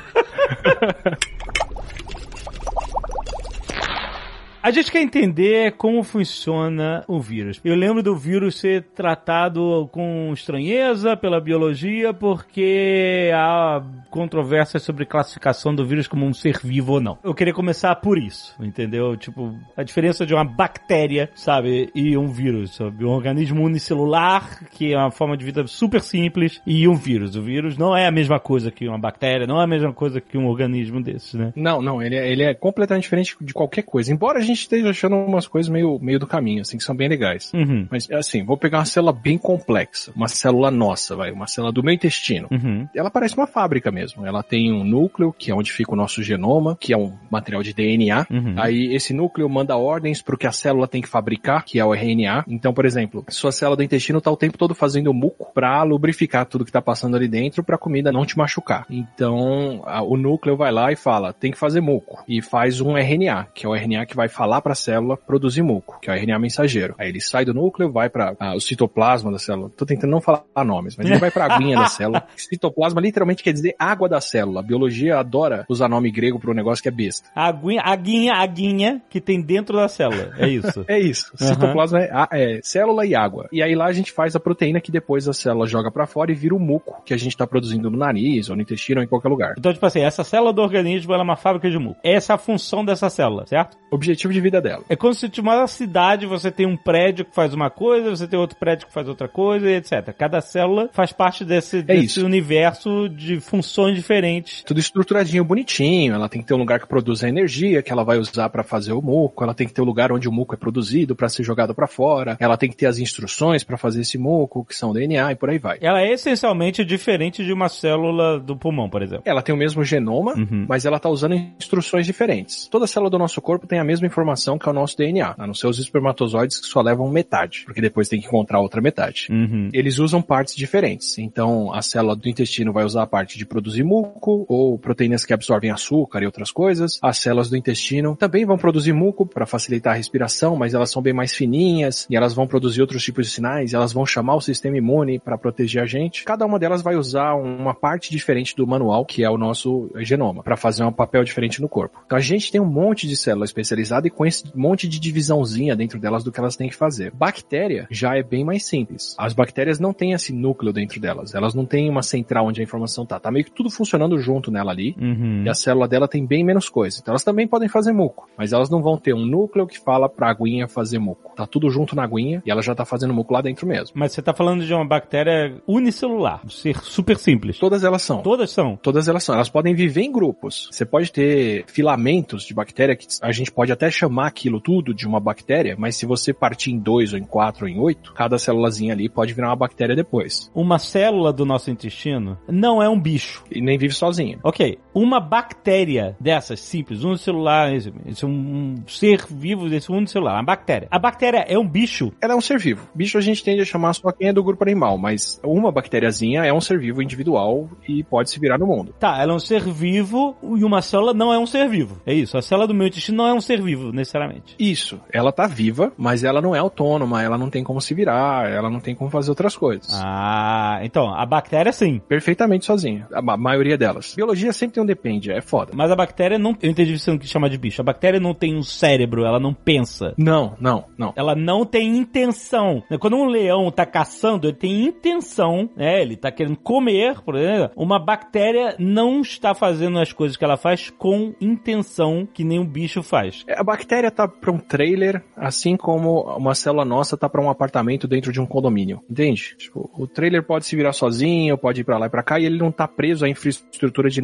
A gente quer entender como funciona o vírus. Eu lembro do vírus ser tratado com estranheza pela biologia porque há controvérsias sobre classificação do vírus como um ser vivo ou não. Eu queria começar por isso, entendeu? Tipo, a diferença de uma bactéria, sabe, e um vírus, sabe? Um organismo unicelular, que é uma forma de vida super simples, e um vírus. O vírus não é a mesma coisa que uma bactéria, não é a mesma coisa que um organismo desses, né? Não, ele é completamente diferente de qualquer coisa. Embora a gente esteja achando umas coisas meio do caminho, assim, que são bem legais. Mas, assim, vou pegar uma célula bem complexa, uma célula nossa, uma célula do meu intestino. Ela parece uma fábrica mesmo. Ela tem um núcleo, que é onde fica o nosso genoma, que é um material de DNA. Aí, esse núcleo manda ordens pro que a célula tem que fabricar, que é o RNA. Então, por exemplo, sua célula do intestino tá o tempo todo fazendo muco pra lubrificar tudo que tá passando ali dentro pra comida não te machucar. Então, o núcleo vai lá e fala, tem que fazer muco. E faz um RNA, que é o RNA que vai falar pra célula produzir muco, que é o RNA mensageiro. Aí ele sai do núcleo, vai para o citoplasma da célula. Tô tentando não falar nomes, mas ele vai para a aguinha da célula. Citoplasma literalmente quer dizer água da célula. A biologia adora usar nome grego para um negócio que é besta. Aguinha que tem dentro da célula. É isso. É isso. Citoplasma é célula e água. E aí lá a gente faz a proteína que depois a célula joga para fora e vira o muco que a gente tá produzindo no nariz, ou no intestino, ou em qualquer lugar. Então, tipo assim, essa célula do organismo ela é uma fábrica de muco. Essa é a função dessa célula, certo? Objetivo de vida dela. É como se tipo uma cidade, você tem um prédio que faz uma coisa, você tem outro prédio que faz outra coisa, e etc. Cada célula faz parte desse universo de funções diferentes. Tudo estruturadinho, bonitinho. Ela tem que ter um lugar que produz a energia que ela vai usar para fazer o muco. Ela tem que ter um lugar onde o muco é produzido para ser jogado para fora. Ela tem que ter as instruções para fazer esse muco, que são o DNA e por aí vai. Ela é essencialmente diferente de uma célula do pulmão, por exemplo. Ela tem o mesmo genoma, mas ela tá usando instruções diferentes. Toda célula do nosso corpo tem a mesma informação que é o nosso DNA, a não ser os espermatozoides que só levam metade, porque depois tem que encontrar outra metade. Eles usam partes diferentes. Então, a célula do intestino vai usar a parte de produzir muco, ou proteínas que absorvem açúcar e outras coisas. As células do intestino também vão produzir muco para facilitar a respiração, mas elas são bem mais fininhas, e elas vão produzir outros tipos de sinais, elas vão chamar o sistema imune para proteger a gente. Cada uma delas vai usar uma parte diferente do manual, que é o nosso genoma, para fazer um papel diferente no corpo. Então, a gente tem um monte de célula especializada e com esse monte de divisãozinha dentro delas do que elas têm que fazer. Bactéria já é bem mais simples. As bactérias não têm esse núcleo dentro delas. Elas não têm uma central onde a informação tá. Tá meio que tudo funcionando junto nela ali. E a célula dela tem bem menos coisa. Então elas também podem fazer muco. Mas elas não vão ter um núcleo que fala pra aguinha fazer muco. Tá tudo junto na aguinha e ela já tá fazendo muco lá dentro mesmo. Mas você tá falando de uma bactéria unicelular. Um ser super simples. Todas elas são. Todas são? Todas elas são. Elas podem viver em grupos. Você pode ter filamentos de bactéria que a gente pode até chamar aquilo tudo de uma bactéria, mas se você partir em 2 ou em 4 ou em 8, cada célulazinha ali pode virar uma bactéria depois. Uma célula do nosso intestino não é um bicho. E nem vive sozinha. Ok. Uma bactéria dessas simples, unicelular, esse é um ser vivo desse unicelular, uma bactéria. A bactéria é um bicho? Ela é um ser vivo. Bicho a gente tende a chamar só quem é do grupo animal, mas uma bactériazinha é um ser vivo individual e pode se virar no mundo. Tá, ela é um ser vivo e uma célula não é um ser vivo. É isso, a célula do meu intestino não é um ser vivo, necessariamente. Isso, ela tá viva, mas ela não é autônoma, ela não tem como se virar, ela não tem como fazer outras coisas. Ah, então, a bactéria sim. Perfeitamente sozinha, a maioria delas. Biologia sempre tem um depende, é foda. Mas a bactéria não, eu entendi você não quis chamar de bicho, a bactéria não tem um cérebro, ela não pensa. Não. Ela não tem intenção. Quando um leão tá caçando, ele tem intenção, né, ele tá querendo comer, por exemplo. Uma bactéria não está fazendo as coisas que ela faz com intenção que nem um bicho faz. A bactéria tá pra um trailer, assim como uma célula nossa tá pra um apartamento dentro de um condomínio, entende? Tipo, o trailer pode se virar sozinho, pode ir pra lá e pra cá, e ele não tá preso à infraestrutura de nada ao redor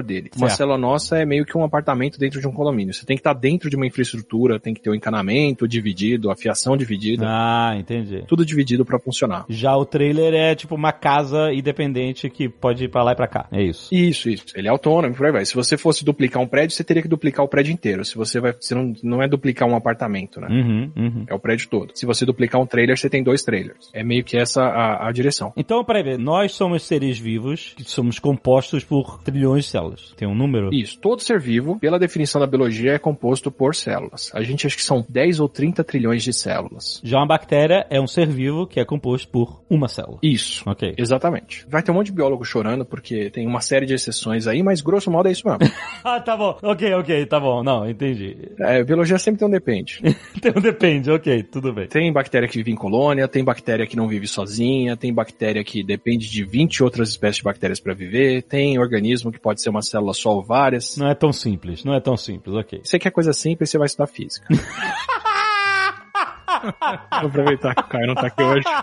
redor dele. Uma célula nossa é meio que um apartamento dentro de um condomínio. Você tem que estar dentro de uma infraestrutura, tem que ter o encanamento dividido, a fiação dividida. Ah, entendi. Tudo dividido pra funcionar. Já o trailer é tipo uma casa independente que pode ir pra lá e pra cá. É isso. Isso. Ele é autônomo, por aí vai. Se você fosse duplicar um prédio, você teria que duplicar o prédio inteiro. Você não é duplicar um apartamento, né? É o prédio todo. Se você duplicar um trailer, você tem 2 trailers. É meio que essa a direção. Então, peraí, nós somos seres vivos que somos compostos por trilhões de células. Tem um número? Isso. Todo ser vivo, pela definição da biologia, é composto por células. A gente acha que são 10 ou 30 trilhões de células. Já uma bactéria é um ser vivo que é composto por uma célula. Isso. Ok. Exatamente. Vai ter um monte de biólogo chorando porque tem uma série de exceções aí, mas grosso modo é isso mesmo. Ah, tá bom. Ok, tá bom. Não, entendi. Biologia sempre tem um depende. Tem um depende, ok, tudo bem. Tem bactéria que vive em colônia, tem bactéria que não vive sozinha, tem bactéria que depende de 20 outras espécies de bactérias para viver, tem organismo que pode ser uma célula só ou várias. Não é tão simples, ok. Você quer coisa simples, você vai estudar física. Vou aproveitar que o Caio não tá aqui hoje.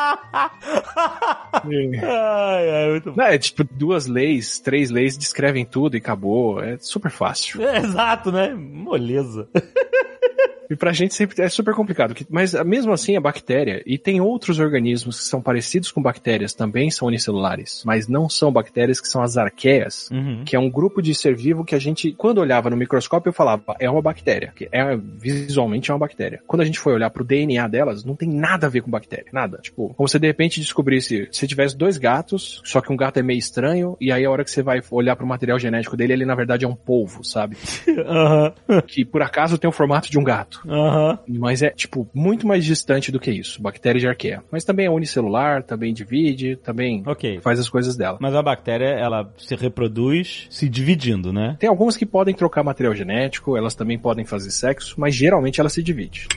Muito bom. É tipo 2 leis, 3 leis descrevem tudo e acabou. É super fácil. Exato, né? Moleza. E pra gente sempre é super complicado. Mas mesmo assim a bactéria, e tem outros organismos que são parecidos com bactérias, também são unicelulares, mas não são bactérias, que são as arqueias, que é um grupo de ser vivo que a gente, quando olhava no microscópio, eu falava, é uma bactéria, que visualmente é uma bactéria. Quando a gente foi olhar pro DNA delas, não tem nada a ver com bactéria, nada. Tipo, como se de repente descobrisse, se tivesse 2 gatos, só que um gato é meio estranho, e aí a hora que você vai olhar pro material genético dele, ele na verdade é um polvo, sabe? Que por acaso tem o formato de um gato. Mas é, tipo, muito mais distante do que isso. Bactéria de arqueia. Mas também é unicelular, também divide, também faz as coisas dela. Mas a bactéria, ela se reproduz se dividindo, né? Tem algumas que podem trocar material genético, elas também podem fazer sexo, mas geralmente ela se divide.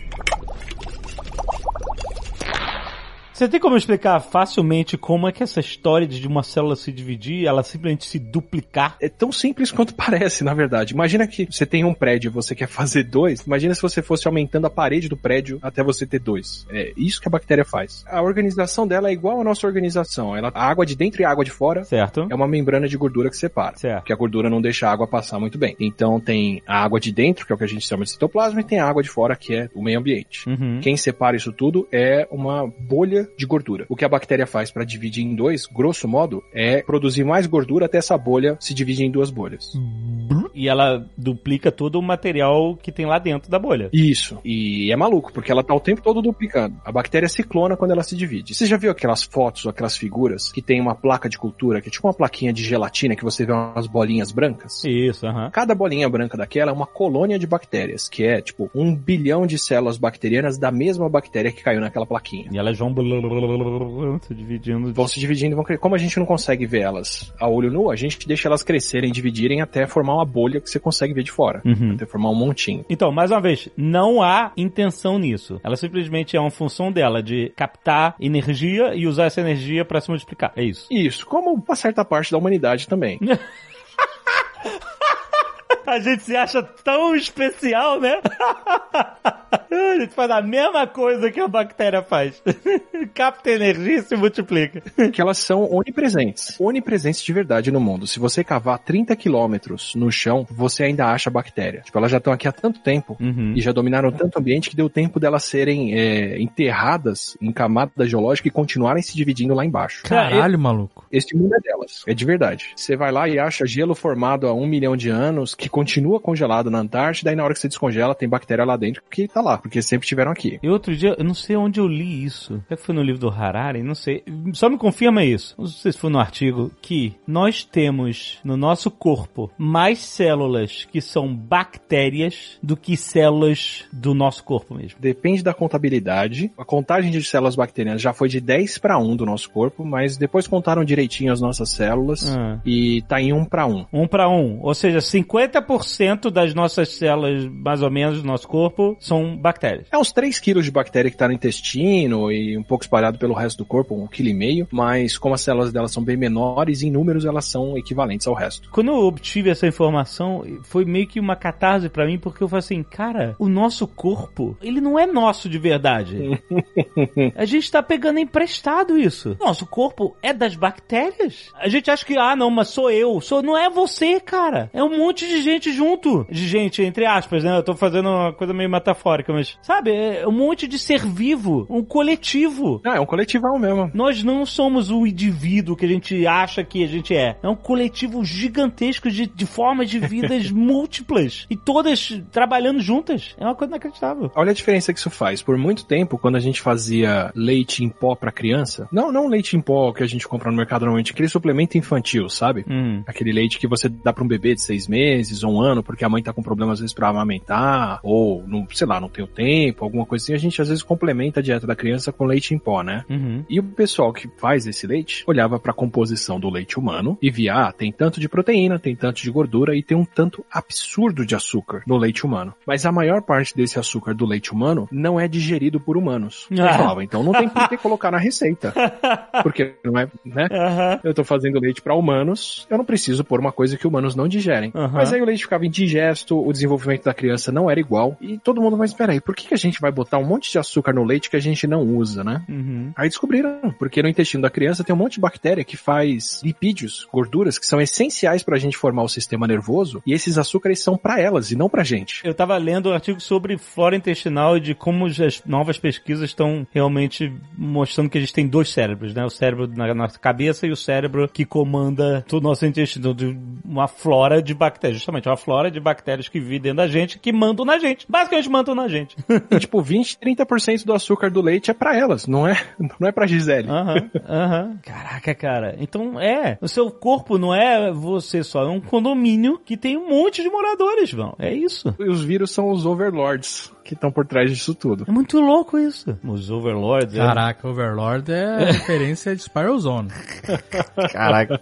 Você tem como explicar facilmente como é que essa história de uma célula se dividir, ela simplesmente se duplicar? É tão simples quanto parece, na verdade. Imagina que você tem um prédio e você quer fazer 2. Imagina se você fosse aumentando a parede do prédio até você ter 2. É isso que a bactéria faz. A organização dela é igual à nossa organização. A água de dentro e a água de fora é uma membrana de gordura que separa. Porque a gordura não deixa a água passar muito bem. Então tem a água de dentro, que é o que a gente chama de citoplasma, e tem a água de fora, que é o meio ambiente. Quem separa isso tudo é uma bolha de gordura. O que a bactéria faz para dividir em 2, grosso modo, é produzir mais gordura até essa bolha se dividir em 2 bolhas. E ela duplica todo o material que tem lá dentro da bolha. Isso. E é maluco, porque ela tá o tempo todo duplicando. A bactéria se clona quando ela se divide. Você já viu aquelas fotos ou aquelas figuras que tem uma placa de cultura, que é tipo uma plaquinha de gelatina que você vê umas bolinhas brancas? Isso, Cada bolinha branca daquela é uma colônia de bactérias, que é tipo 1 bilhão de células bacterianas da mesma bactéria que caiu naquela plaquinha. E elas vão se dividindo. Vão se dividindo, vão crescer. Como a gente não consegue ver elas a olho nu, a gente deixa elas crescerem, dividirem até formar uma bolha que você consegue ver de fora. Até formar um montinho. Então, mais uma vez, não há intenção nisso. Ela simplesmente é uma função dela de captar energia e usar essa energia para se multiplicar. É isso. Isso, como uma certa parte da humanidade também. A gente se acha tão especial, né? A gente faz a mesma coisa que a bactéria faz. Capta energia e se multiplica. Que elas são onipresentes. Onipresentes de verdade no mundo. Se você cavar 30 quilômetros no chão, você ainda acha bactéria. Tipo, elas já estão aqui há tanto tempo e já dominaram tanto ambiente que deu tempo delas serem enterradas em camada geológica e continuarem se dividindo lá embaixo. Caralho, maluco. Esse mundo é delas. É de verdade. Você vai lá e acha gelo formado há 1 milhão de anos que continua congelado na Antártida, e na hora que você descongela tem bactéria lá dentro que tá lá, porque sempre estiveram aqui. E outro dia, eu não sei onde eu li isso. Será que foi no livro do Harari? Não sei. Só me confirma isso. Não sei se foi no artigo, que nós temos no nosso corpo mais células que são bactérias do que células do nosso corpo mesmo. Depende da contabilidade. A contagem de células bacterianas já foi de 10:1 do nosso corpo, mas depois contaram direitinho as nossas células e tá em 1:1. 1:1. Ou seja, 50% 30% das nossas células, mais ou menos, do nosso corpo, são bactérias. É uns 3 quilos de bactéria que tá no intestino e um pouco espalhado pelo resto do corpo, 1,5 kg, mas como as células delas são bem menores, em números elas são equivalentes ao resto. Quando eu obtive essa informação, foi meio que uma catarse pra mim, porque eu falei assim, cara, o nosso corpo, ele não é nosso de verdade. A gente tá pegando emprestado isso. Nosso corpo é das bactérias. A gente acha que, não, mas sou eu. Não é você, cara. É um monte de gente junto. De gente, entre aspas, né? Eu tô fazendo uma coisa meio metafórica, mas, sabe? É um monte de ser vivo. Um coletivo. É um coletivão mesmo. Nós não somos o indivíduo que a gente acha que a gente é. É um coletivo gigantesco de formas de vidas múltiplas. E todas trabalhando juntas. É uma coisa inacreditável. Olha a diferença que isso faz. Por muito tempo, quando a gente fazia leite em pó pra criança, não leite em pó que a gente compra no mercado normalmente, aquele suplemento infantil, sabe? Aquele leite que você dá pra um bebê de 6 meses ou 1 ano, porque a mãe tá com problema às vezes pra amamentar, ou, não tem o tempo, alguma coisa assim, a gente às vezes complementa a dieta da criança com leite em pó, né? E o pessoal que faz esse leite, olhava pra composição do leite humano e via, tem tanto de proteína, tem tanto de gordura e tem um tanto absurdo de açúcar no leite humano. Mas a maior parte desse açúcar do leite humano não é digerido por humanos. Eu falava, então não tem por que colocar na receita. Porque não é, né? Eu tô fazendo leite pra humanos, eu não preciso pôr uma coisa que humanos não digerem. Mas aí o leite ficava indigesto, o desenvolvimento da criança não era igual, e todo mundo vai, espera aí, por que a gente vai botar um monte de açúcar no leite que a gente não usa, né? Aí descobriram, porque no intestino da criança tem um monte de bactéria que faz lipídios, gorduras, que são essenciais pra gente formar o sistema nervoso, e esses açúcares são pra elas e não pra gente. Eu tava lendo um artigo sobre flora intestinal e de como as novas pesquisas estão realmente mostrando que a gente tem 2 cérebros, né? O cérebro na nossa cabeça e o cérebro que comanda todo o nosso intestino, de uma flora de bactérias, justamente uma flora de bactérias que vivem dentro da gente, que mandam na gente, basicamente mandam na gente. E, tipo, 20-30% do açúcar do leite é pra elas, não é pra Gisele. Caraca, cara. Então, o seu corpo não é você só, é um condomínio que tem um monte de moradores, vão. É isso. E os vírus são os overlords que estão por trás disso tudo. É muito louco isso. Os overlords. Caraca, Overlord é a referência de Spiral Zone. Caraca.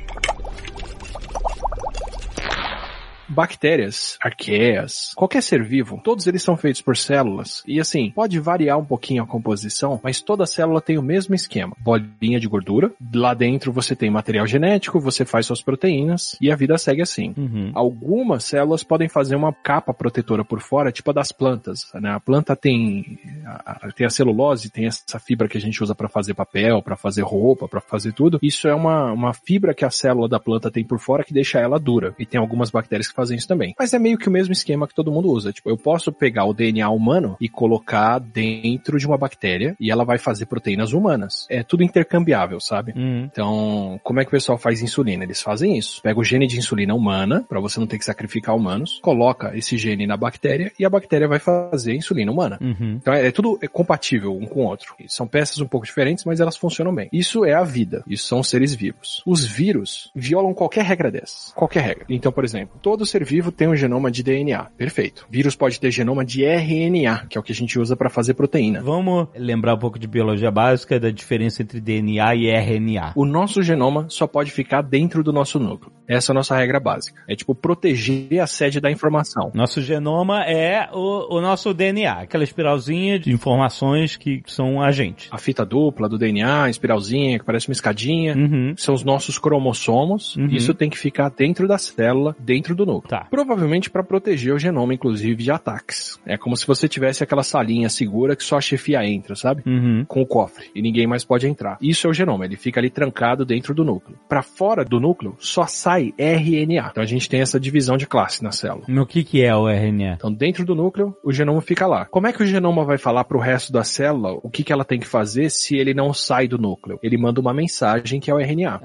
Bactérias, arqueias, qualquer ser vivo, todos eles são feitos por células. E assim, pode variar um pouquinho a composição, mas toda célula tem o mesmo esquema. Bolinha de gordura, lá dentro você tem material genético, você faz suas proteínas e a vida segue assim. Algumas células podem fazer uma capa protetora por fora, tipo a das plantas, né? A planta tem a celulose, tem essa fibra que a gente usa para fazer papel, para fazer roupa, para fazer tudo. Isso é uma fibra que a célula da planta tem por fora que deixa ela dura. E tem algumas bactérias que fazem isso também. Mas é meio que o mesmo esquema que todo mundo usa. Tipo, eu posso pegar o DNA humano e colocar dentro de uma bactéria e ela vai fazer proteínas humanas. É tudo intercambiável, sabe? Então, como é que o pessoal faz insulina? Eles fazem isso. Pega o gene de insulina humana, pra você não ter que sacrificar humanos, coloca esse gene na bactéria e a bactéria vai fazer insulina humana. Então, tudo compatível um com o outro. São peças um pouco diferentes, mas elas funcionam bem. Isso é a vida. Isso são seres vivos. Os vírus violam qualquer regra dessas. Qualquer regra. Então, por exemplo, todo ser vivo tem um genoma de DNA. Perfeito. Vírus pode ter genoma de RNA, que é o que a gente usa para fazer proteína. Vamos lembrar um pouco de biologia básica da diferença entre DNA e RNA. O nosso genoma só pode ficar dentro do nosso núcleo. Essa é a nossa regra básica. É tipo proteger a sede da informação. Nosso genoma é o nosso DNA, aquela espiralzinha de informações que são a gente. A fita dupla do DNA, a espiralzinha que parece uma escadinha, são os nossos cromossomos. Isso tem que ficar dentro da célula, dentro do núcleo. Tá. Provavelmente para proteger o genoma, inclusive, de ataques. É como se você tivesse aquela salinha segura que só a chefia entra, sabe? Com o cofre. E ninguém mais pode entrar. Isso é o genoma. Ele fica ali trancado dentro do núcleo. Para fora do núcleo, só sai RNA. Então a gente tem essa divisão de classe na célula. O que é o RNA? Então dentro do núcleo, o genoma fica lá. Como é que o genoma vai falar pro resto da célula o que ela tem que fazer se ele não sai do núcleo? Ele manda uma mensagem que é o RNA.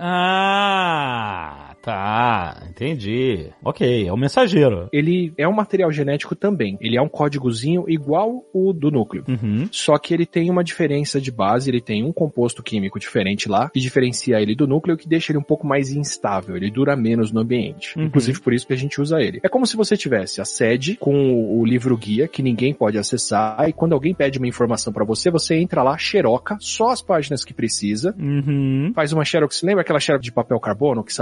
Tá, entendi. Ok, é o mensageiro. Ele é um material genético também. Ele é um códigozinho igual o do núcleo. Só que ele tem uma diferença de base, ele tem um composto químico diferente lá, que diferencia ele do núcleo, que deixa ele um pouco mais instável. Ele dura menos no ambiente. Inclusive por isso que a gente usa ele. É como se você tivesse a sede com o livro guia, que ninguém pode acessar, e quando alguém pede uma informação pra você, você entra lá, xeroca, só as páginas que precisa, faz uma xerox, lembra aquela xerox de papel carbono que saía azulado?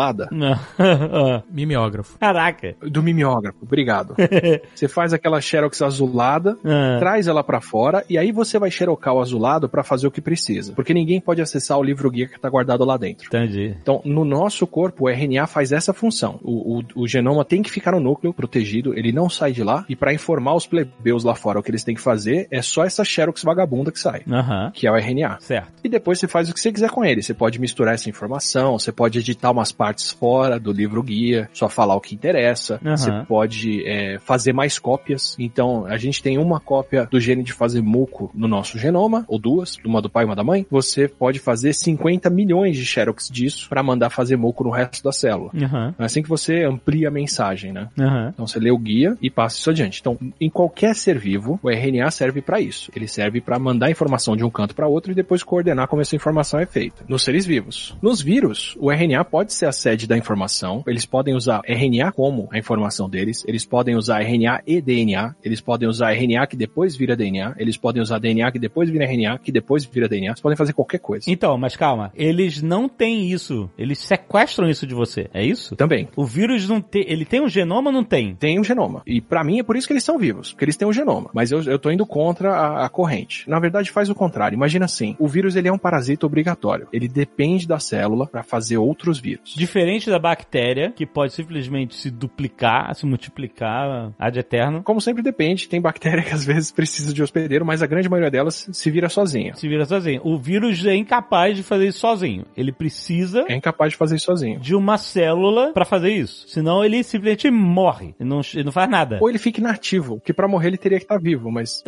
azulada. Mimeógrafo. Caraca. Do mimeógrafo, obrigado. Você faz aquela xerox azulada, traz ela pra fora, e aí você vai xerocar o azulado pra fazer o que precisa. Porque ninguém pode acessar o livro-guia que tá guardado lá dentro. Entendi. Então, no nosso corpo, o RNA faz essa função. O genoma tem que ficar no núcleo, protegido, ele não sai de lá, e pra informar os plebeus lá fora o que eles têm que fazer, é só essa xerox vagabunda que sai, que é o RNA. Certo. E depois você faz o que você quiser com ele. Você pode misturar essa informação, você pode editar umas partes fora do livro-guia, só falar o que interessa, você pode fazer mais cópias. Então, a gente tem uma cópia do gene de fazer muco no nosso genoma, ou duas, uma do pai e uma da mãe. Você pode fazer 50 milhões de xerox disso pra mandar fazer muco no resto da célula. É assim que você amplia a mensagem, né? Então, você lê o guia e passa isso adiante. Então, em qualquer ser vivo, o RNA serve pra isso. Ele serve pra mandar informação de um canto pra outro e depois coordenar como essa informação é feita. Nos seres vivos. Nos vírus, o RNA pode ser a sede da informação. Eles podem usar RNA como a informação deles. Eles podem usar RNA e DNA. Eles podem usar RNA que depois vira DNA. Eles podem usar DNA que depois vira RNA, que depois vira DNA. Eles podem fazer qualquer coisa. Então, mas calma. Eles não têm isso. Eles sequestram isso de você. É isso? Também. O vírus não tem... Ele tem um genoma ou não tem? Tem um genoma. E pra mim é por isso que eles são vivos. Porque eles têm um genoma. Mas eu tô indo contra a corrente. Na verdade, faz o contrário. Imagina assim. O vírus, ele é um parasita obrigatório. Ele depende da célula pra fazer outros vírus. Diferente da bactéria, que pode simplesmente se duplicar, se multiplicar ad eterno. Como sempre depende, tem bactéria que às vezes precisa de hospedeiro, mas a grande maioria delas se vira sozinha. Se vira sozinho. O vírus é incapaz de fazer isso sozinho. Ele precisa... É incapaz de fazer isso sozinho. De uma célula pra fazer isso. Senão ele simplesmente morre. Ele não faz nada. Ou ele fica inativo, que pra morrer ele teria que estar vivo, mas...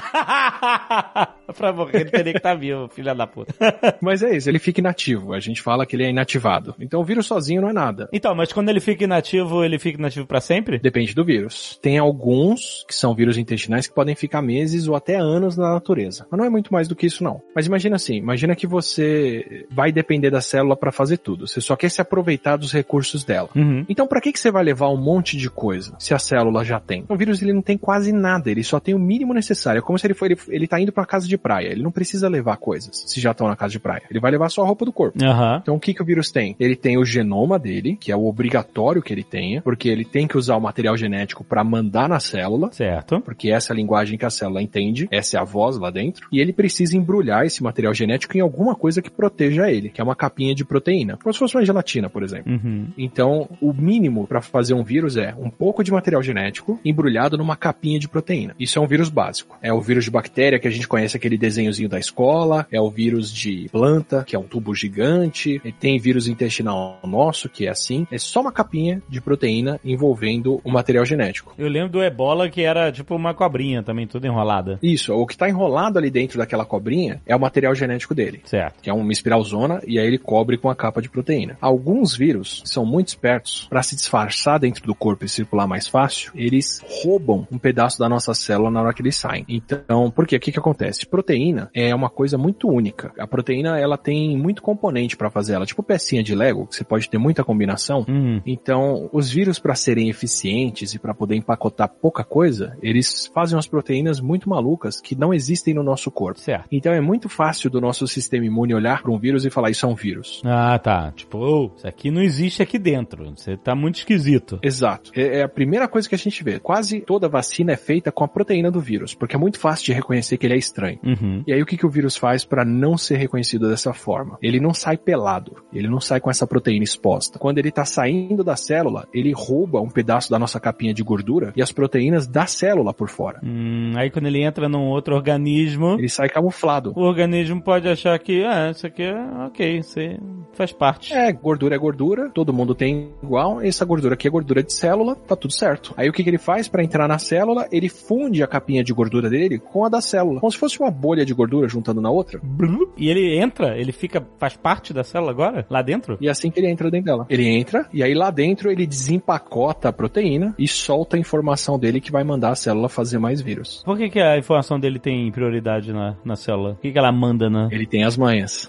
Pra morrer ele teria que estar vivo, filha da puta. Mas é isso, ele fica inativo. A gente fala que ele é inativado. Então o vírus sozinho não é nada. Então, mas quando ele fica inativo pra sempre? Depende do vírus. Tem alguns que são vírus intestinais que podem ficar meses ou até anos na natureza. Mas não é muito mais do que isso, não. Mas imagina assim, imagina que você vai depender da célula pra fazer tudo. Você só quer se aproveitar dos recursos dela. Então pra que você vai levar um monte de coisa se a célula já tem? O vírus, ele não tem quase nada. Ele só tem o mínimo necessário. É como se ele tá indo pra casa de praia. Ele não precisa levar coisas se já estão na casa de praia. Ele vai levar só a roupa do corpo. Então o que o vírus tem? Ele tem o genoma dele, que é o obrigatório que ele tenha, porque ele tem que usar o material genético pra mandar na célula. Certo. Porque essa é a linguagem que a célula entende. Essa é a voz lá dentro. E ele precisa embrulhar esse material genético em alguma coisa que proteja ele, que é uma capinha de proteína. Como se fosse uma gelatina, por exemplo. Então, o mínimo pra fazer um vírus é um pouco de material genético embrulhado numa capinha de proteína. Isso é um vírus básico. É o vírus de bactéria que a gente conhece, aquele desenhozinho da escola. É o vírus de planta, que é um tubo gigante. E tem vírus intestinal nosso, que é assim. É só uma capinha de proteína envolvendo o material genético. Eu lembro do ebola, que era tipo uma cobrinha também, tudo enrolada. Isso, o que tá enrolado ali dentro daquela cobrinha é o material genético dele. Certo. Que é uma espiralzona, e aí ele cobre com a capa de proteína. Alguns vírus são muito espertos para se disfarçar dentro do corpo e circular mais fácil. Eles roubam um pedaço da nossa célula na hora que eles saem. Então, por quê? O que acontece? Proteína é uma coisa muito única. A proteína, ela tem muito componente para fazer ela. Tipo pecinha de Lego, que você pode ter muita combinação. Então, os vírus, para serem eficientes e para poder empacotar pouca coisa, eles fazem umas proteínas muito malucas que não existem no nosso corpo. Certo. Então, é muito fácil do nosso sistema imune olhar para um vírus e falar, isso é um vírus. Ah, tá. Tipo, isso aqui não existe aqui dentro. Você tá muito esquisito. Exato. É a primeira coisa que a gente vê. Quase toda vacina é feita com a proteína do vírus, porque é muito fácil de reconhecer que ele é estranho. E aí, o que o vírus faz para não ser reconhecido dessa forma? Ele não sai pelado. Ele não sai com essa proteína exposta. Quando ele tá saindo da célula, ele rouba um pedaço da nossa capinha de gordura e as proteínas da célula por fora. Aí quando ele entra num outro organismo... Ele sai camuflado. O organismo pode achar que, isso aqui é ok, você faz parte. É gordura, todo mundo tem igual, essa gordura aqui é gordura de célula, tá tudo certo. Aí o que ele faz para entrar na célula? Ele funde a capinha de gordura dele com a da célula, como se fosse uma bolha de gordura juntando na outra. E ele entra, faz parte da célula agora? Lá dentro? E é assim que ele entra dentro dela. Ele entra, e aí lá dentro ele desempacota a proteína e solta a informação dele que vai mandar a célula fazer mais vírus. Por que a informação dele tem prioridade na célula? Por que ela manda Ele tem as manhas.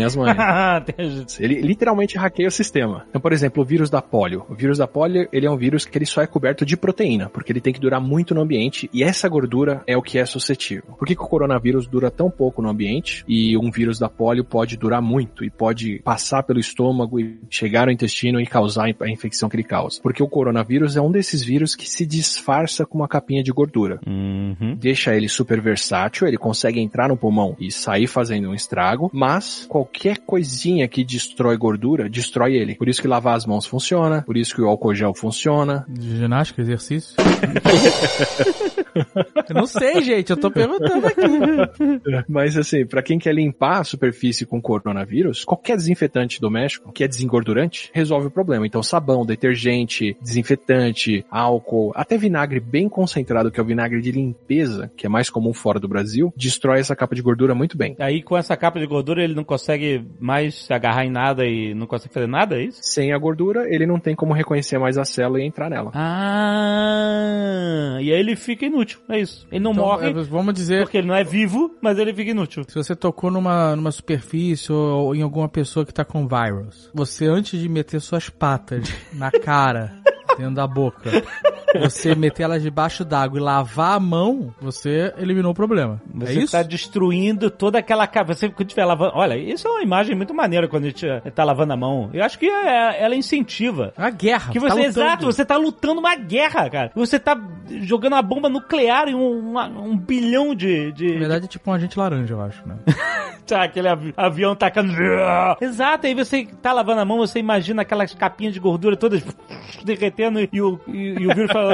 Ele literalmente hackeia o sistema. Então, por exemplo, o vírus da polio. O vírus da polio, ele é um vírus que ele só é coberto de proteína, porque ele tem que durar muito no ambiente, e essa gordura é o que é suscetível. Por que o coronavírus dura tão pouco no ambiente, e um vírus da polio pode durar muito, e pode passar pelo estômago e chegar chegar no intestino e causar a infecção que ele causa. Porque o coronavírus é um desses vírus que se disfarça com uma capinha de gordura. Deixa ele super versátil, ele consegue entrar no pulmão e sair fazendo um estrago, mas qualquer coisinha que destrói gordura, destrói ele. Por isso que lavar as mãos funciona, por isso que o álcool gel funciona. Ginástica, exercício? Eu não sei, gente, eu tô perguntando aqui. Mas assim, pra quem quer limpar a superfície com coronavírus, qualquer desinfetante doméstico que é desengordurante, resolve o problema. Então sabão, detergente, desinfetante, álcool, até vinagre bem concentrado, que é o vinagre de limpeza, que é mais comum fora do Brasil, destrói essa capa de gordura muito bem. Aí com essa capa de gordura ele não consegue mais se agarrar em nada e não consegue fazer nada, é isso? Sem a gordura, ele não tem como reconhecer mais a célula e entrar nela. E aí ele fica inútil, é isso. Ele não morre, vamos dizer, porque ele não é vivo, mas ele fica inútil. Se você tocou numa superfície ou em alguma pessoa que tá com vírus, você antes de meter suas patas na cara, dentro da boca, você meter elas debaixo d'água e lavar a mão, você eliminou o problema. Você é isso? Tá destruindo toda aquela... Você quando estiver lavando... Olha, isso é uma imagem muito maneira quando a gente tá lavando a mão. Eu acho que ela incentiva. Uma guerra. Que você, exato, você tá lutando uma guerra, cara. Você tá jogando uma bomba nuclear em um bilhão de... Na verdade é tipo um agente laranja, eu acho, né? Tá, aquele avião tacando... Exato, aí você tá lavando a mão, você imagina aquelas capinhas de gordura todas derretendo e o vírus falando...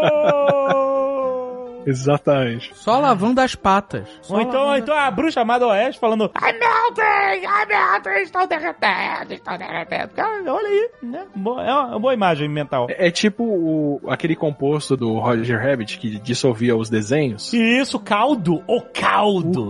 No! Exatamente. Só lavando as patas. Ou então a bruxa amada Oeste falando I'm melting, estou derretendo. Cara, olha aí, né? É uma boa imagem mental. É tipo aquele composto do Roger Rabbit que dissolvia os desenhos. Isso, caldo. O caldo.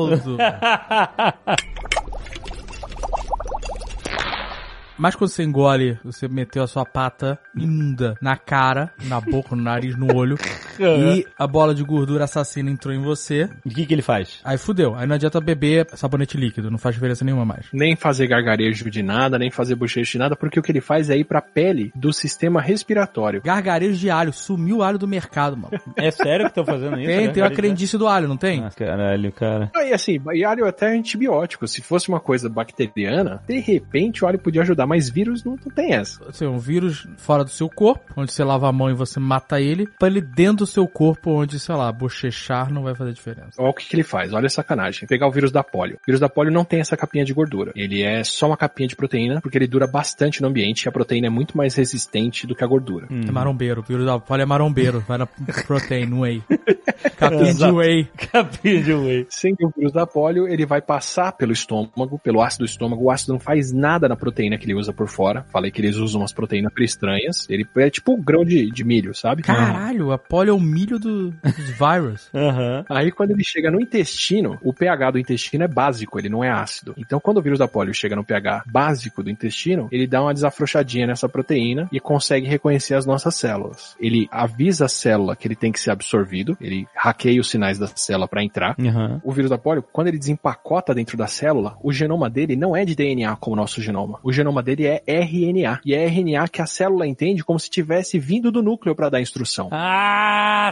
Mas quando você engole, você meteu a sua pata imunda na cara, na boca, no nariz, no olho, e a bola de gordura assassina entrou em você. E o que ele faz? Aí fudeu. Aí não adianta beber sabonete líquido, não faz diferença nenhuma mais. Nem fazer gargarejo de nada, nem fazer bochecho de nada, porque o que ele faz é ir pra pele do sistema respiratório. Gargarejo de alho. Sumiu o alho do mercado, mano. É sério que estão fazendo isso? Tem a crendice do alho, não tem? Ah, caralho, cara. E assim, alho é até antibiótico. Se fosse uma coisa bacteriana, de repente o alho podia ajudar, mas vírus não tem essa. Assim, um vírus fora do seu corpo, onde você lava a mão e você mata ele, pra ele dentro do seu corpo, onde, sei lá, bochechar não vai fazer diferença. Olha o que ele faz, olha a sacanagem. Pegar o vírus da polio. O vírus da polio não tem essa capinha de gordura. Ele é só uma capinha de proteína, porque ele dura bastante no ambiente e a proteína é muito mais resistente do que a gordura. É marombeiro. O vírus da polio é marombeiro. Vai na proteína, whey. Capinha de whey. Capinha de whey. Sem o vírus da polio, ele vai passar pelo estômago, pelo ácido do estômago. O ácido não faz nada na proteína que ele usa por fora. Falei que eles usam umas proteínas estranhas. Ele é tipo um grão de milho, sabe? Caralho, a polio é o milho dos vírus. Aí quando ele chega no intestino, o pH do intestino é básico, ele não é ácido. Então quando o vírus da polio chega no pH básico do intestino, ele dá uma desafrouxadinha nessa proteína e consegue reconhecer as nossas células. Ele avisa a célula que ele tem que ser absorvido, ele hackeia os sinais da célula para entrar. O vírus da polio, quando ele desempacota dentro da célula, o genoma dele não é de DNA como o nosso genoma. O genoma dele é RNA. E é RNA que a célula entende como se tivesse vindo do núcleo para dar instrução. Ah,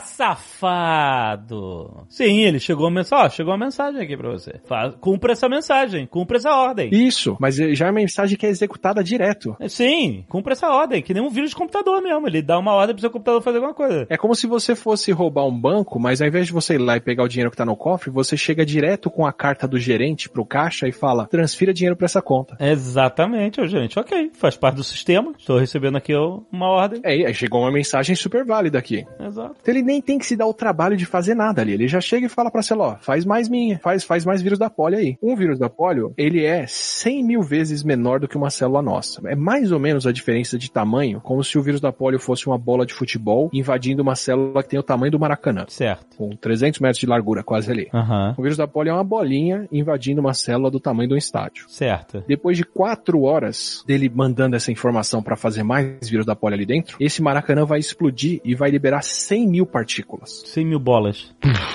safado! Sim, ele chegou uma mensagem aqui pra você. Cumpra essa mensagem, cumpra essa ordem. Isso, mas já é uma mensagem que é executada direto. Sim, cumpra essa ordem, que nem um vírus de computador mesmo. Ele dá uma ordem pro seu computador fazer alguma coisa. É como se você fosse roubar um banco, mas ao invés de você ir lá e pegar o dinheiro que tá no cofre, você chega direto com a carta do gerente pro caixa e fala, transfira dinheiro pra essa conta. Exatamente, o gerente, ok, faz parte do sistema, estou recebendo aqui uma ordem. Aí chegou uma mensagem super válida aqui. Exato. Então ele nem tem que se dar o trabalho de fazer nada ali, ele já chega e fala pra célula, ó, faz mais faz mais vírus da polio aí. Um vírus da polio, ele é 100 mil vezes menor do que uma célula nossa. É mais ou menos a diferença de tamanho, como se o vírus da polio fosse uma bola de futebol invadindo uma célula que tem o tamanho do Maracanã. Certo. Com 300 metros de largura, quase ali. O vírus da polio é uma bolinha invadindo uma célula do tamanho de um estádio. Certo. Depois de 4 horas dele mandando essa informação para fazer mais vírus da polio ali dentro, esse Maracanã vai explodir e vai liberar 100 mil partículas. 100 mil bolas.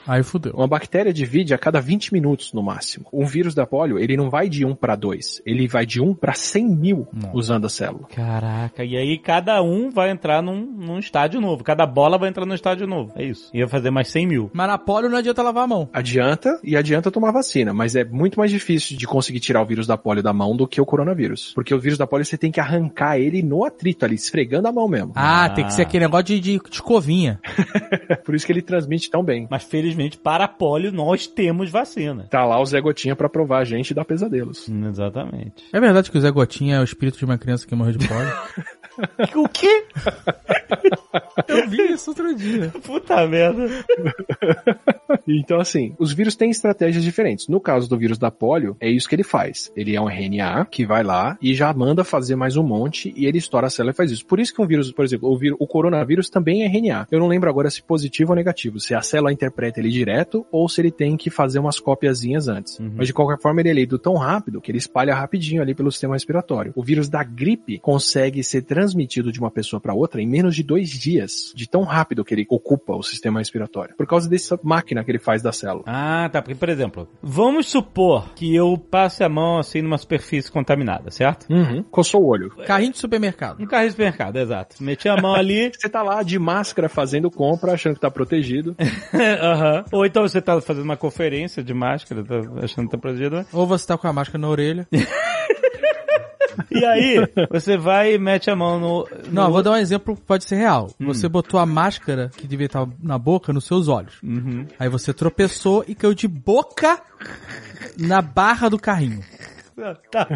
Aí fudeu. Uma bactéria divide a cada 20 minutos no máximo. Um vírus da polio, ele não vai de 1 para 2. Ele vai de 1 para 100 mil usando a célula. Caraca, e aí cada um vai entrar num estádio novo. Cada bola vai entrar num estádio novo. É isso. Ia fazer mais 100 mil. Mas na polio não adianta lavar a mão. Adianta, e adianta tomar vacina. Mas é muito mais difícil de conseguir tirar o vírus da polio da mão do que o coronavírus. Porque o vírus da polio você tem que arrancar ele no atrito ali, esfregando a mão mesmo. Tem que ser aquele negócio de covinha. Por isso que ele transmite tão bem. Mas felizmente para a polio nós temos vacina. Tá lá o Zé Gotinha pra provar a gente e dar pesadelos. Exatamente. É verdade que o Zé Gotinha é o espírito de uma criança que morreu de polio? O quê? Eu vi isso outro dia. Puta merda. Então, assim, os vírus têm estratégias diferentes. No caso do vírus da polio, é isso que ele faz. Ele é um RNA que vai lá e já manda fazer mais um monte e ele estoura a célula e faz isso. Por isso que um vírus, por exemplo, o coronavírus também é RNA. Eu não lembro agora se positivo ou negativo, se a célula interpreta ele direto ou se ele tem que fazer umas copiazinhas antes. Mas de qualquer forma ele é lido tão rápido que ele espalha rapidinho ali pelo sistema respiratório. O vírus da gripe consegue ser transmitido de uma pessoa para outra em menos de 2 dias, de tão rápido que ele ocupa o sistema respiratório, por causa dessa máquina que ele faz da célula. Tá, porque, por exemplo, vamos supor que eu passe a mão assim numa superfície contaminada, certo? Coçou o olho. Carrinho de supermercado. Um carrinho de supermercado, exato. Meti a mão ali. Você tá lá de máscara fazendo compra, achando que tá protegido. Ou então você tá fazendo uma conferência de máscara, tá achando que tá protegido, né? Ou você tá com a máscara na orelha. E aí, você vai e mete a mão no... Não, vou dar um exemplo que pode ser real. Você botou a máscara, que devia estar na boca, nos seus olhos. Aí você tropeçou e caiu de boca na barra do carrinho. Tá.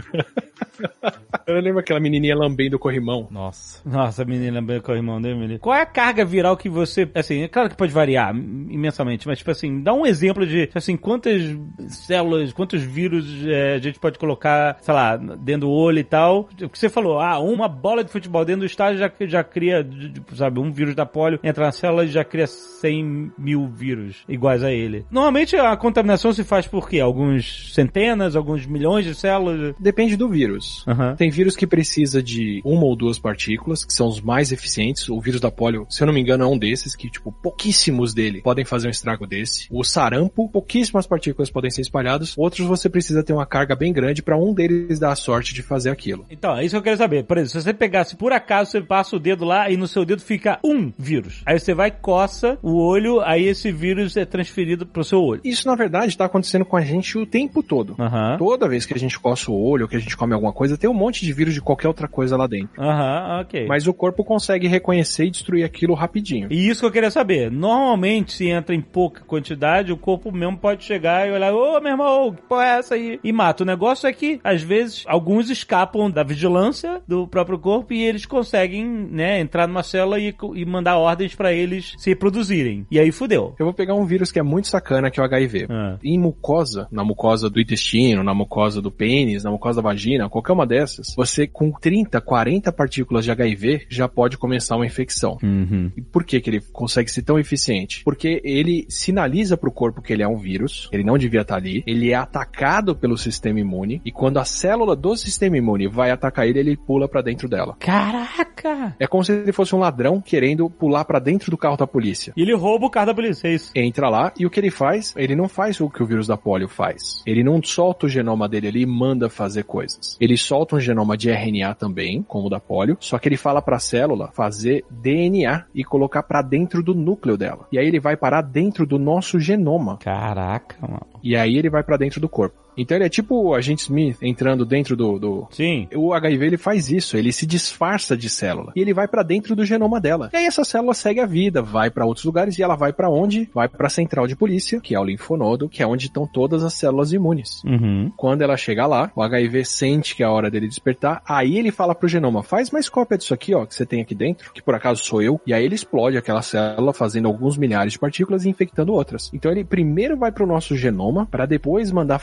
Eu lembro aquela menininha lambendo o corrimão. Nossa, a menina lambendo o corrimão dele, menino. Qual é a carga viral que você... Assim, é claro que pode variar imensamente, mas, tipo assim, dá um exemplo de, assim, quantas células, quantos vírus a gente pode colocar, sei lá, dentro do olho e tal. O que você falou, uma bola de futebol dentro do estádio já cria, sabe, um vírus da polio, entra na célula e já cria 100 mil vírus iguais a ele. Normalmente a contaminação se faz por quê? Alguns centenas, alguns milhões de células? Depende do vírus. Tem vírus que precisa de 1 ou 2 partículas, que são os mais eficientes. O vírus da polio, se eu não me engano, é um desses, que, tipo, pouquíssimos dele podem fazer um estrago desse. O sarampo, pouquíssimas partículas podem ser espalhadas. Outros você precisa ter uma carga bem grande para um deles dar a sorte de fazer aquilo. Então, é isso que eu quero saber. Por exemplo, se você pegasse, por acaso, você passa o dedo lá e no seu dedo fica um vírus. Aí você vai, coça o olho, aí esse vírus é transferido pro seu olho. Isso, na verdade, tá acontecendo com a gente o tempo todo. Toda vez que a gente coça o olho, ou que a gente come alguma coisa, tem um monte de vírus de qualquer outra coisa lá dentro. Ok. Mas o corpo consegue reconhecer e destruir aquilo rapidinho. E isso que eu queria saber. Normalmente, se entra em pouca quantidade, o corpo mesmo pode chegar e olhar, meu irmão, que porra é essa aí? E mata. O negócio é que, às vezes, alguns escapam da vigilância do próprio corpo e eles conseguem, né, entrar numa célula e mandar ordens pra eles se reproduzirem. E aí fudeu. Eu vou pegar um vírus que é muito sacana, que é o HIV. Em mucosa, na mucosa do intestino, na mucosa do pênis, na mucosa da vagina, qualquer uma dessas, você com 30, 40 partículas de HIV já pode começar uma infecção. E por que ele consegue ser tão eficiente? Porque ele sinaliza pro corpo que ele é um vírus, ele não devia estar ali, ele é atacado pelo sistema imune, e quando a célula do sistema imune vai atacar ele pula pra dentro dela. Caraca! É como se ele fosse um ladrão querendo pular pra dentro do carro da polícia. E ele rouba o carro da polícia, é isso? Entra lá, e o que ele faz? Ele não faz o que o vírus da polio faz. Ele não solta o genoma dele ali e manda fazer coisas. Ele solta um genoma de RNA também, como o da polio, só que ele fala pra célula fazer DNA e colocar pra dentro do núcleo dela. E aí ele vai parar dentro do nosso genoma. Caraca, mano. E aí ele vai pra dentro do corpo. Então ele é tipo o agente Smith entrando dentro do... Sim. O HIV ele faz isso, ele se disfarça de célula. E ele vai pra dentro do genoma dela. E aí essa célula segue a vida, vai pra outros lugares e ela vai pra onde? Vai pra central de polícia, que é o linfonodo, que é onde estão todas as células imunes. Quando ela chega lá, o HIV sente que é a hora dele despertar, aí ele fala pro genoma, faz mais cópia disso aqui, ó, que você tem aqui dentro, que por acaso sou eu. E aí ele explode aquela célula, fazendo alguns milhares de partículas e infectando outras. Então ele primeiro vai pro nosso genoma, pra depois mandar fazer HIV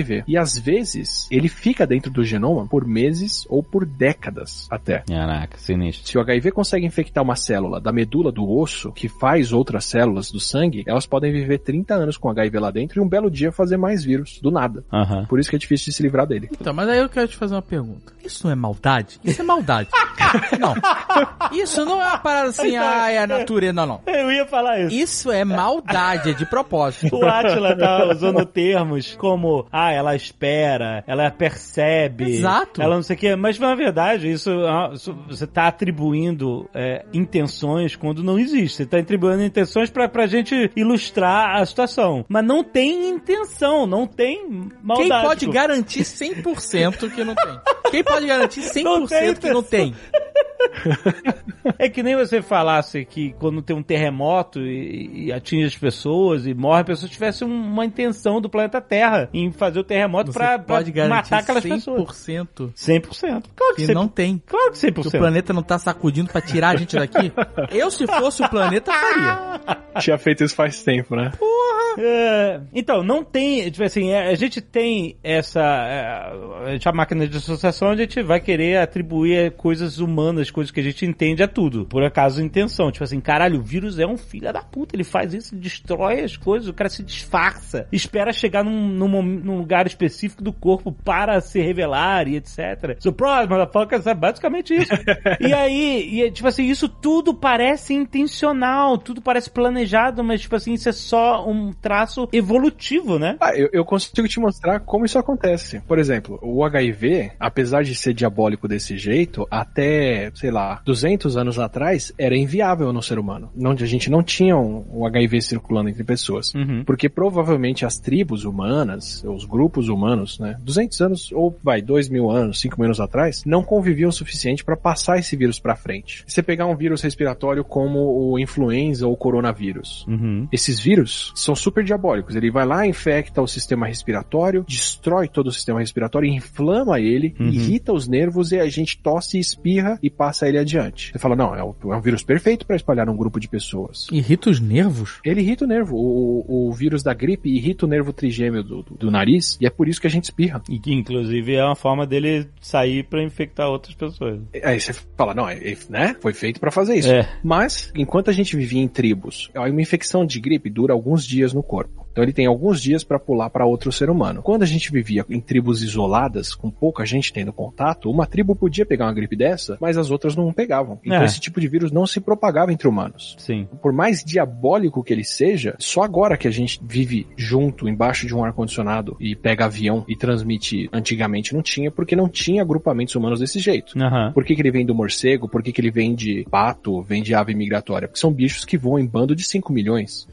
HIV. E às vezes, ele fica dentro do genoma por meses ou por décadas até. Caraca, sinistro. Se o HIV consegue infectar uma célula da medula do osso, que faz outras células do sangue, elas podem viver 30 anos com HIV lá dentro e um belo dia fazer mais vírus, do nada. Por isso que é difícil de se livrar dele. Então, mas aí eu quero te fazer uma pergunta. Isso não é maldade? Isso é maldade. Não. Isso não é uma parada assim, é a natureza. Não. Eu ia falar isso. Isso é maldade, é de propósito. O Átila tá usando termos como, ela espera, ela percebe. Exato. Ela não sei o quê. Mas, na verdade, isso você tá atribuindo intenções quando não existe. Você tá atribuindo intenções pra gente ilustrar a situação. Mas não tem intenção, não tem maldade. Quem pode garantir 100% que não tem? Quem pode garantir 100% que não tem? É que nem você falasse que quando tem um terremoto e atinge as pessoas e morre, as pessoas tivessem uma intenção do planeta Terra em fazer o terremoto pra matar aquelas 100%? pessoas. 100%. Claro que 100%. Não tem. Claro que 100%. Que o planeta não tá sacudindo pra tirar a gente daqui. Eu, se fosse o planeta, faria. Tinha feito isso faz tempo, né? Então, não tem, tipo assim, a gente tem a máquina de associação, a gente vai querer atribuir coisas humanas, coisas que a gente entende a tudo, por acaso intenção, tipo assim, caralho, o vírus é um filho da puta, ele faz isso, ele destrói as coisas, o cara se disfarça, espera chegar num lugar específico do corpo para se revelar e etc. Surprise, motherfucker, é basicamente isso. E aí, tipo assim, isso tudo parece intencional, tudo parece planejado, mas tipo assim, isso é só um traço evolutivo, né? Eu consigo te mostrar como isso acontece. Por exemplo, o HIV, apesar de ser diabólico desse jeito, até, sei lá, 200 anos atrás, era inviável no ser humano. A gente não tinha o HIV circulando entre pessoas. Porque provavelmente as tribos humanas, os grupos humanos, né, 200 anos, ou 2.000 anos, 5.000 anos atrás, não conviviam o suficiente para passar esse vírus para frente. Se você pegar um vírus respiratório como o influenza ou o coronavírus, esses vírus são super diabólicos. Ele vai lá, infecta o sistema respiratório, destrói todo o sistema respiratório, inflama ele, irrita os nervos e a gente tosse, espirra e passa ele adiante. Você fala, não, é um vírus perfeito para espalhar num grupo de pessoas. Irrita os nervos? Ele irrita o nervo. O vírus da gripe irrita o nervo trigêmeo do nariz e é por isso que a gente espirra. E que, inclusive, é uma forma dele sair para infectar outras pessoas. Aí você fala, não, né? Foi feito para fazer isso. Mas, enquanto a gente vivia em tribos, uma infecção de gripe dura alguns dias no corpo. Então ele tem alguns dias para pular para outro ser humano. Quando a gente vivia em tribos isoladas, com pouca gente tendo contato, uma tribo podia pegar uma gripe dessa, mas as outras não pegavam. Então esse tipo de vírus não se propagava entre humanos. Sim. Por mais diabólico que ele seja, só agora que a gente vive junto, embaixo de um ar-condicionado e pega avião e transmite. Antigamente não tinha, porque não tinha agrupamentos humanos desse jeito. Por que ele vem do morcego? Por que ele vem de pato? Vem de ave migratória? Porque são bichos que voam em bando de 5 milhões.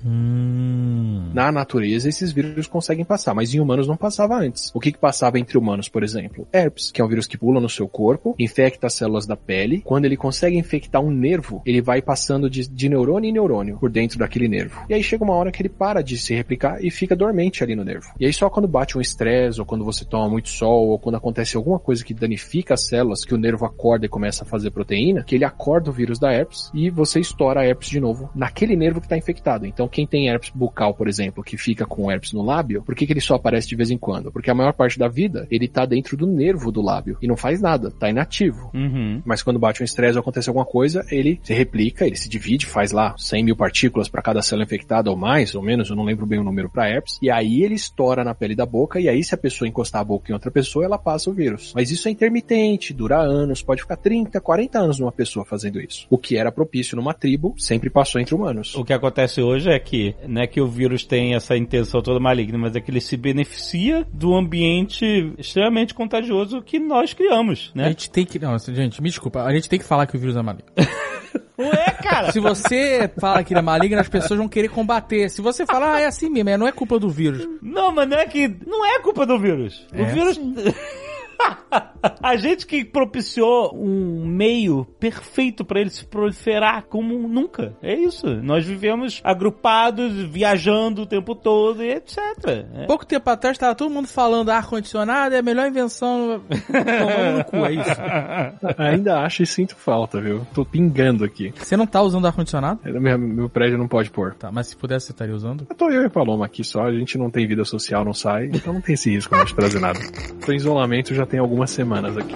Na natureza, esses vírus conseguem passar, mas em humanos não passava antes. O que passava entre humanos, por exemplo? Herpes, que é um vírus que pula no seu corpo, infecta as células da pele. Quando ele consegue infectar um nervo, ele vai passando de neurônio em neurônio por dentro daquele nervo. E aí chega uma hora que ele para de se replicar e fica dormente ali no nervo. E aí só quando bate um estresse, ou quando você toma muito sol, ou quando acontece alguma coisa que danifica as células, que o nervo acorda e começa a fazer proteína, que ele acorda o vírus da herpes e você estoura a herpes de novo naquele nervo que está infectado. Então quem tem herpes bucal, por exemplo, que fica com herpes no lábio, por que ele só aparece de vez em quando? Porque a maior parte da vida, ele tá dentro do nervo do lábio e não faz nada, tá inativo. Mas quando bate um estresse ou acontece alguma coisa, ele se replica, ele se divide, faz lá 100 mil partículas para cada célula infectada ou mais, ou menos, eu não lembro bem o número para herpes, e aí ele estoura na pele da boca, e aí se a pessoa encostar a boca em outra pessoa, ela passa o vírus. Mas isso é intermitente, dura anos, pode ficar 30, 40 anos numa pessoa fazendo isso. O que era propício numa tribo, sempre passou entre humanos. O que acontece hoje é que, não é que o vírus tem essa intenção toda maligna, mas é que ele se beneficia do ambiente extremamente contagioso que nós criamos, né? A gente tem que... Não, gente, me desculpa, a gente tem que falar que o vírus é maligno. Ué, cara! Se você fala que ele é maligno, as pessoas vão querer combater. Se você falar, é assim mesmo, não é culpa do vírus. Não, mas não é culpa do vírus. O vírus... A gente que propiciou um meio perfeito pra ele se proliferar como nunca. É isso. Nós vivemos agrupados, viajando o tempo todo e etc. Pouco tempo atrás tava todo mundo falando ar-condicionado é a melhor invenção. Tomando no cu, é isso. Ainda acho e sinto falta, viu? Tô pingando aqui. Você não tá usando ar-condicionado? Meu prédio não pode pôr. Tá, mas se pudesse, você estaria usando? Tô eu e a Paloma aqui só, a gente não tem vida social, não sai, então não tem esse risco de trazer nada. Tô em isolamento já tem algumas semanas aqui.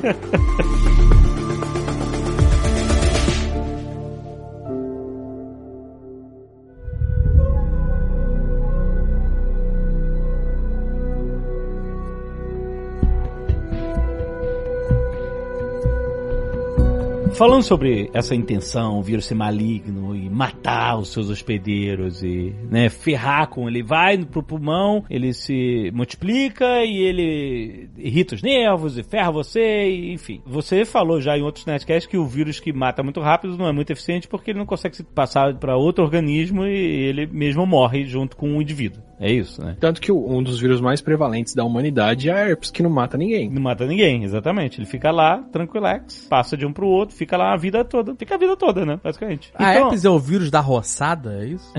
Falando sobre essa intenção, o vírus ser maligno e matar os seus hospedeiros e, né, ferrar com ele, vai pro pulmão, ele se multiplica e ele irrita os nervos e ferra você, e, enfim. Você falou já em outros netcasts que o vírus que mata muito rápido não é muito eficiente porque ele não consegue se passar para outro organismo e ele mesmo morre junto com o indivíduo. É isso, né? Tanto que um dos vírus mais prevalentes da humanidade é a herpes, que não mata ninguém. Não mata ninguém, exatamente. Ele fica lá, tranquilex, passa de um pro outro, fica lá a vida toda. Fica a vida toda, né? Basicamente. A herpes é o vírus da roçada, é isso?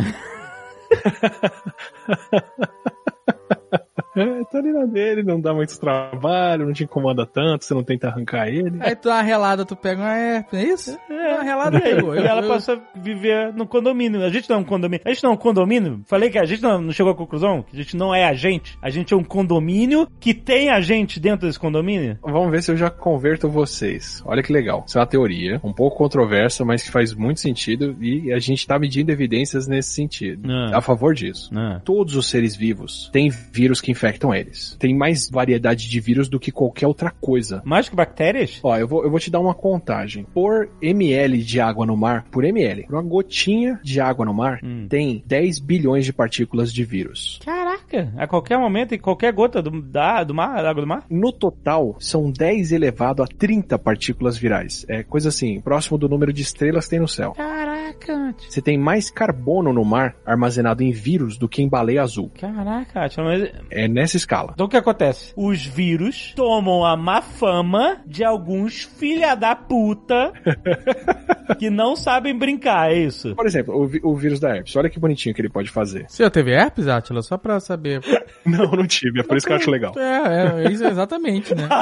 Tá ali na dele, não dá muito trabalho, não te incomoda tanto, você não tenta arrancar ele. Aí tu dá uma relada, tu pega uma herpes, é isso? Uma relada pegou. E ela passa a viver no condomínio. A gente não é um condomínio. A gente não é um condomínio? Falei que a gente não chegou à conclusão que a gente não é agente. A gente é um condomínio que tem agente dentro desse condomínio? Vamos ver se eu já converto vocês. Olha que legal. Isso é uma teoria, um pouco controversa, mas que faz muito sentido e a gente tá medindo evidências nesse sentido. A favor disso. Todos os seres vivos têm vírus que infectam eles. Tem mais variedade de vírus do que qualquer outra coisa. Mais que bactérias? Ó, eu vou te dar uma contagem. Por ml de água no mar, por ml, uma gotinha de água no mar, tem 10 bilhões de partículas de vírus. Caraca! A qualquer momento, em qualquer gota do mar, da água do mar? No total, são 10 elevado a 30 partículas virais. É coisa assim, próximo do número de estrelas que tem no céu. Caraca! Você tem mais carbono no mar armazenado em vírus do que em baleia azul. Caraca, mas... É nessa escala. Então o que acontece? Os vírus tomam a má fama de alguns filha da puta que não sabem brincar, é isso? Por exemplo, o vírus da herpes. Olha que bonitinho que ele pode fazer. Você já teve herpes, Átila? Só pra saber. Não tive. É por isso que eu acho legal. É isso exatamente, né?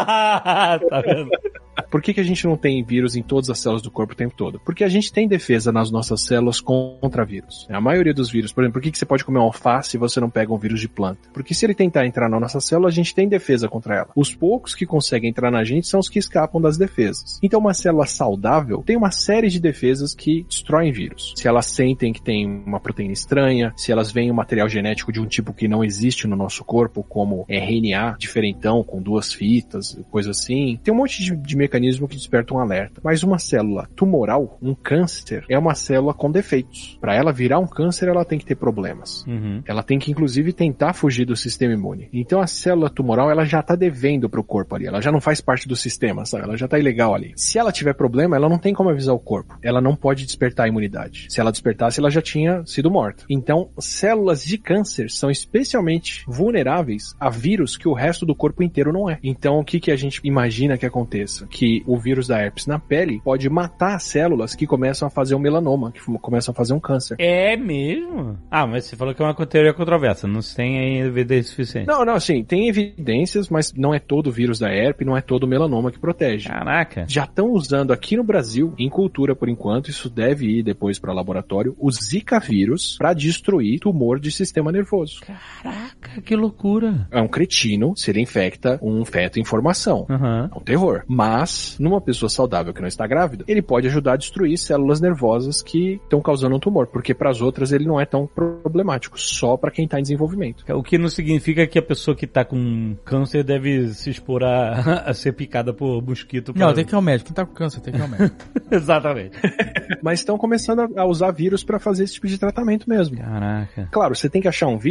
Tá vendo? Por que a gente não tem vírus em todas as células do corpo o tempo todo? Porque a gente tem defesa nas nossas células contra vírus. A maioria dos vírus, por exemplo, por que você pode comer um alface e você não pega um vírus de planta? Porque se ele tentar entrar na nossa célula, a gente tem defesa contra ela. Os poucos que conseguem entrar na gente são os que escapam das defesas. Então uma célula saudável tem uma série de defesas que destroem vírus. Se elas sentem que tem uma proteína estranha, se elas veem um material genético de um tipo que não existe no nosso corpo, como RNA diferentão, com 2 fitas, coisa assim, tem um monte de mecanismo que desperta um alerta. Mas uma célula tumoral, um câncer, é uma célula com defeitos. Para ela virar um câncer, ela tem que ter problemas. Ela tem que, inclusive, tentar fugir do sistema imune. Então a célula tumoral, ela já tá devendo pro corpo ali. Ela já não faz parte do sistema, sabe? Ela já tá ilegal ali. Se ela tiver problema, ela não tem como avisar o corpo. Ela não pode despertar a imunidade. Se ela despertasse, ela já tinha sido morta. Então, células de câncer são especialmente vulneráveis a vírus que o resto do corpo inteiro não é. Então, o que a gente imagina que aconteça? Que o vírus da herpes na pele pode matar as células que começam a fazer um melanoma, que começam a fazer um câncer. É mesmo? Ah, mas você falou que é uma teoria controversa. Não se tem aí evidência suficiente. Não, sim. Tem evidências, mas não é todo o vírus da herpes, não é todo o melanoma que protege. Caraca. Já estão usando aqui no Brasil, em cultura por enquanto, isso deve ir depois para laboratório, o Zika vírus para destruir tumor de sistema nervoso. Caraca, que loucura. É um cretino se ele infecta um feto em formação. É um terror. Mas, numa pessoa saudável que não está grávida, ele pode ajudar a destruir células nervosas que estão causando um tumor, porque para as outras ele não é tão problemático, só para quem está em desenvolvimento. O que não significa que a pessoa que está com câncer deve se expor a ser picada por mosquito. Não, tem que ir ao médico. Quem tá com câncer tem que ir ao médico. Exatamente. Mas estão começando a usar vírus para fazer esse tipo de tratamento mesmo. Caraca. Claro, você tem que achar um vírus que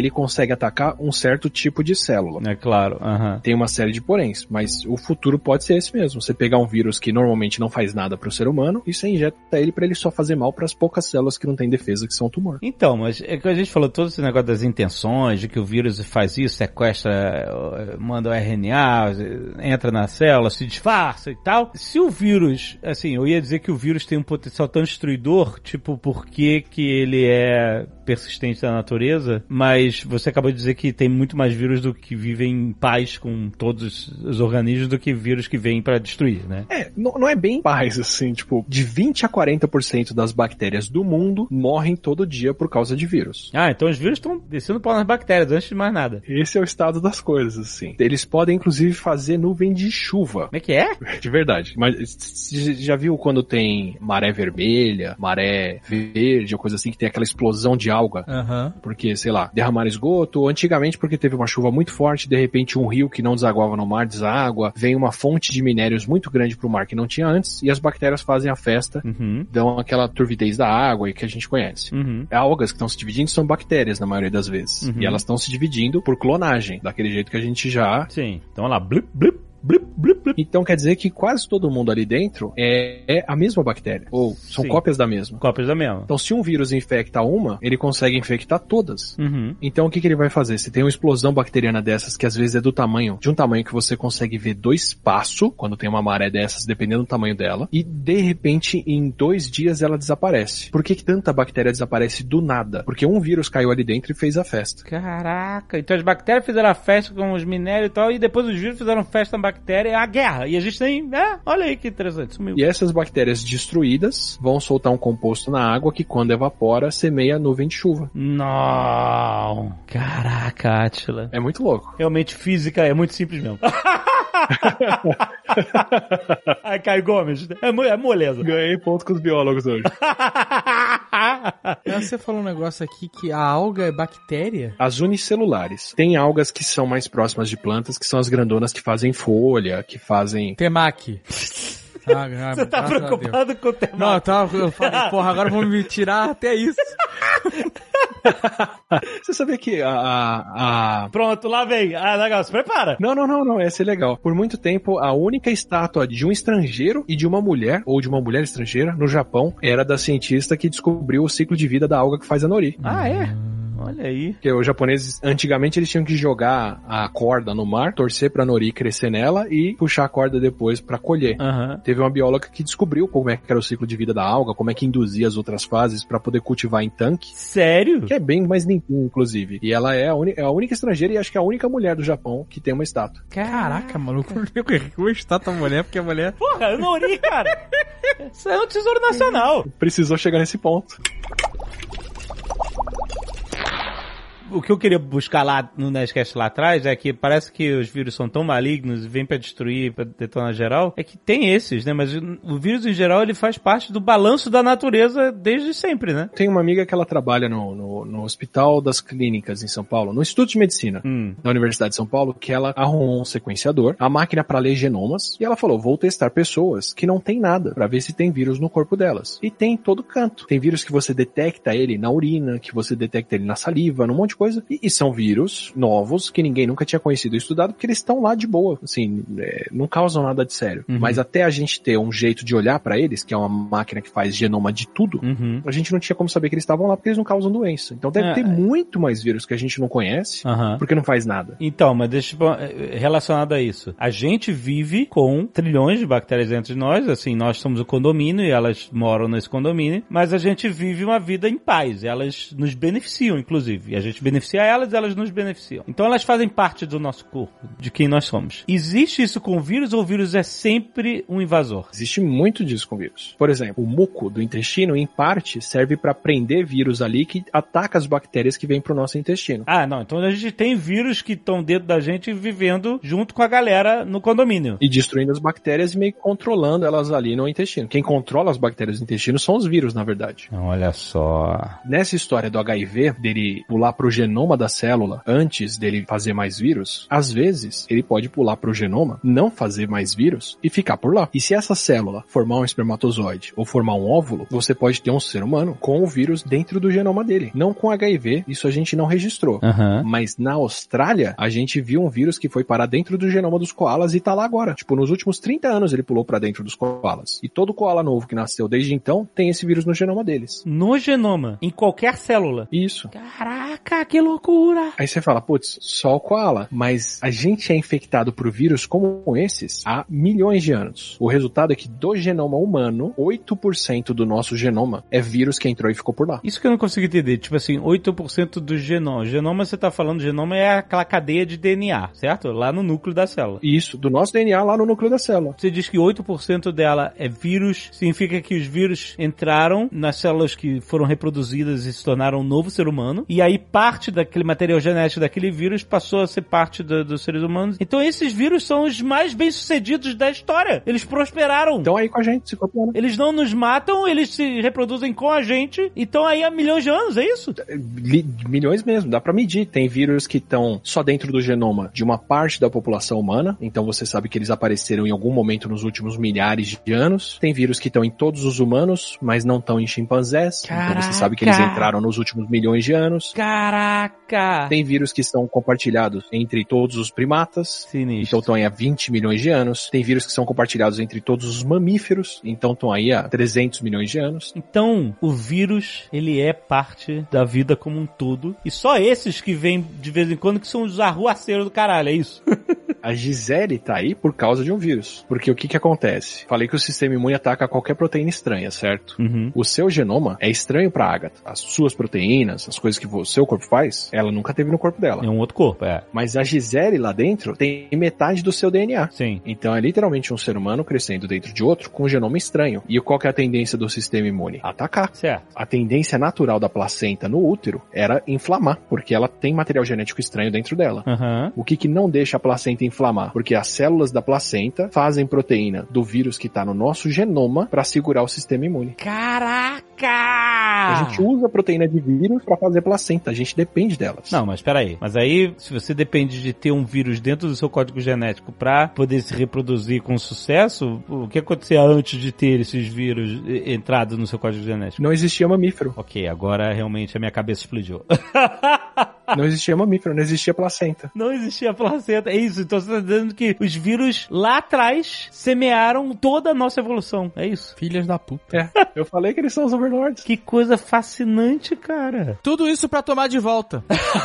ele consegue atacar um certo tipo de célula. É claro. Tem uma série de poréns, mas o futuro pode ser esse mesmo. Você pegar um vírus que normalmente não faz nada pro ser humano e você injeta ele pra ele só fazer mal pras poucas células que não têm defesa, que são o tumor. Então, mas é que a gente falou todo esse negócio das intenções, de que o vírus faz isso, sequestra, manda o RNA, entra na célula, se disfarça e tal. Se o vírus, assim, eu ia dizer que o vírus tem um potencial tão destruidor, tipo, por que ele é persistente na natureza, mas você acabou de dizer que tem muito mais vírus do que vivem em paz com todos os organismos do que vírus que vêm pra destruir, né? Não é bem paz, assim, tipo, de 20 a 40% das bactérias do mundo morrem todo dia por causa de vírus. Então os vírus estão descendo pau nas bactérias, antes de mais nada. Esse é o estado das coisas, assim. Eles podem, inclusive, fazer nuvem de chuva. Como é que é? De verdade. Mas você já viu quando tem maré vermelha, maré verde, ou coisa assim, que tem aquela explosão de alga? Porque, sei lá, derramar esgoto, ou antigamente porque teve uma chuva muito forte, de repente um rio que não desaguava no mar deságua, vem uma fonte de minérios muito grande pro mar que não tinha antes, e as bactérias fazem a festa, dão aquela turvidez da água e que a gente conhece. Algas que estão se dividindo são bactérias, na maioria das vezes. E elas estão se dividindo por clonagem, daquele jeito que a gente já... Sim. Então, lá, blip, blip. Blip, blip, blip. Então quer dizer que quase todo mundo ali dentro é a mesma bactéria. Ou são cópias da mesma. Cópias da mesma. Então se um vírus infecta uma, ele consegue infectar todas. Então o que ele vai fazer? Se tem uma explosão bacteriana dessas, que às vezes é de um tamanho que você consegue ver 2 passos, quando tem uma maré dessas, dependendo do tamanho dela, e de repente em 2 dias ela desaparece. Por que tanta bactéria desaparece do nada? Porque um vírus caiu ali dentro e fez a festa. Caraca, então as bactérias fizeram a festa com os minérios e tal, e depois os vírus fizeram festa na bactéria, é a guerra. E a gente tem... olha aí que interessante. Sumiu. E essas bactérias destruídas vão soltar um composto na água que, quando evapora, semeia a nuvem de chuva. Não. Caraca, Átila. É muito louco. Realmente, física é muito simples mesmo. Ai, Caio Gomes. É moleza. Ganhei ponto com os biólogos hoje. Você falou um negócio aqui que a alga é bactéria? As unicelulares. Tem algas que são mais próximas de plantas, que são as grandonas que fazem folha, que fazem... Temaki. Você tá preocupado com o temaki? Não, eu falei, porra, agora vão me tirar até isso. Você sabia que Pronto, lá vem. Legal, se prepara. Não, essa é legal. Por muito tempo, a única estátua de um estrangeiro e de uma mulher, ou de uma mulher estrangeira, no Japão, era da cientista que descobriu o ciclo de vida da alga que faz a nori. É? Olha aí. Porque os japoneses, antigamente, eles tinham que jogar a corda no mar, torcer pra nori crescer nela e puxar a corda depois pra colher. Teve uma bióloga que descobriu como é que era o ciclo de vida da alga, como é que induzia as outras fases pra poder cultivar em tanque. Sério? Que é bem mais limpinho, inclusive. E ela é a única estrangeira e acho que é a única mulher do Japão que tem uma estátua. Caraca, maluco. Uma estátua mulher, porque a mulher... Porra, eu nori, cara. Isso é um tesouro nacional. Precisou chegar nesse ponto. O que eu queria buscar lá no Nerdcast lá atrás é que parece que os vírus são tão malignos e vêm pra destruir, pra detonar geral, é que tem esses, né? Mas o vírus em geral, ele faz parte do balanço da natureza desde sempre, né? Tem uma amiga que ela trabalha no Hospital das Clínicas em São Paulo, no Instituto de Medicina da Universidade de São Paulo, que ela arrumou um sequenciador, a máquina para ler genomas, e ela falou, vou testar pessoas que não tem nada, pra ver se tem vírus no corpo delas. E tem em todo canto. Tem vírus que você detecta ele na urina, que você detecta ele na saliva, num monte de coisa. E são vírus novos que ninguém nunca tinha conhecido ou estudado, porque eles estão lá de boa, assim, não causam nada de sério. Mas até a gente ter um jeito de olhar pra eles, que é uma máquina que faz genoma de tudo, a gente não tinha como saber que eles estavam lá, porque eles não causam doença. Então deve ter muito mais vírus que a gente não conhece, porque não faz nada. Então, mas deixa relacionado a isso. A gente vive com trilhões de bactérias dentro de nós, assim, nós somos o condomínio e elas moram nesse condomínio, mas a gente vive uma vida em paz. Elas nos beneficiam, inclusive. E a gente beneficia elas e elas nos beneficiam. Então elas fazem parte do nosso corpo, de quem nós somos. Existe isso com o vírus ou o vírus é sempre um invasor? Existe muito disso com vírus. Por exemplo, o muco do intestino, em parte, serve para prender vírus ali que ataca as bactérias que vêm pro nosso intestino. Não. Então a gente tem vírus que estão dentro da gente vivendo junto com a galera no condomínio. E destruindo as bactérias e meio que controlando elas ali no intestino. Quem controla as bactérias do intestino são os vírus, na verdade. Olha só. Nessa história do HIV, dele pular pro genoma da célula antes dele fazer mais vírus, às vezes ele pode pular pro genoma, não fazer mais vírus e ficar por lá. E se essa célula formar um espermatozoide ou formar um óvulo, você pode ter um ser humano com o vírus dentro do genoma dele. Não com HIV, isso a gente não registrou. Mas na Austrália, a gente viu um vírus que foi parar dentro do genoma dos koalas e tá lá agora. Tipo, nos últimos 30 anos ele pulou pra dentro dos koalas. E todo koala novo que nasceu desde então tem esse vírus no genoma deles. No genoma? Em qualquer célula? Isso. Caraca, que loucura! Aí você fala, putz, só o koala. Mas a gente é infectado por vírus como esses há milhões de anos. O resultado é que do genoma humano, 8% do nosso genoma é vírus que entrou e ficou por lá. Isso que eu não consigo entender. Tipo assim, 8% do genoma. Genoma, você tá falando, genoma é aquela cadeia de DNA, certo? Lá no núcleo da célula. Isso, do nosso DNA lá no núcleo da célula. Você diz que 8% dela é vírus, significa que os vírus entraram nas células que foram reproduzidas e se tornaram um novo ser humano, e aí parte daquele material genético daquele vírus passou a ser parte dos seres humanos. Então esses vírus são os mais bem-sucedidos da história. Eles prosperaram. Estão aí com a gente, se copiando. Eles não nos matam, eles se reproduzem com a gente e estão aí há milhões de anos, é isso? Milhões mesmo, dá pra medir. Tem vírus que estão só dentro do genoma de uma parte da população humana, então você sabe que eles apareceram em algum momento nos últimos milhares de anos. Tem vírus que estão em todos os humanos, mas não estão em chimpanzés. Caraca. Então você sabe que eles entraram nos últimos milhões de anos. Caraca! Tem vírus que são compartilhados entre todos os primatas. Sinistro. Então estão aí há 20 milhões de anos. Tem vírus que são compartilhados entre todos os mamíferos. Então estão aí há 300 milhões de anos. Então, o vírus, ele é parte da vida como um todo. E só esses que vêm de vez em quando que são os arruaceiros do caralho, é isso? A Gisele tá aí por causa de um vírus. Porque o que acontece? Falei que o sistema imune ataca qualquer proteína estranha, certo? O seu genoma é estranho pra Agatha. As suas proteínas, as coisas que o seu corpo faz, ela nunca teve no corpo dela. É um outro corpo, é. Mas a Gisele lá dentro tem metade do seu DNA. Sim. Então é literalmente um ser humano crescendo dentro de outro com um genoma estranho. E qual que é a tendência do sistema imune? Atacar. Certo. A tendência natural da placenta no útero era inflamar, porque ela tem material genético estranho dentro dela. O que não deixa a placenta inflamar? Porque as células da placenta fazem proteína do vírus que tá no nosso genoma pra segurar o sistema imune. Caraca! A gente usa a proteína de vírus pra fazer placenta, a gente depende delas. Não, mas peraí. Mas aí, se você depende de ter um vírus dentro do seu código genético pra poder se reproduzir com sucesso, o que acontecia antes de ter esses vírus entrados no seu código genético? Não existia mamífero. Ok, agora realmente a minha cabeça explodiu. Não existia mamífero, não existia placenta. Não existia placenta, é isso. Então você tá dizendo que os vírus lá atrás semearam toda a nossa evolução, é isso? Filhas da puta. É, eu falei que eles são os overlords. Que coisa fascinante, cara. Tudo isso pra tomar de volta.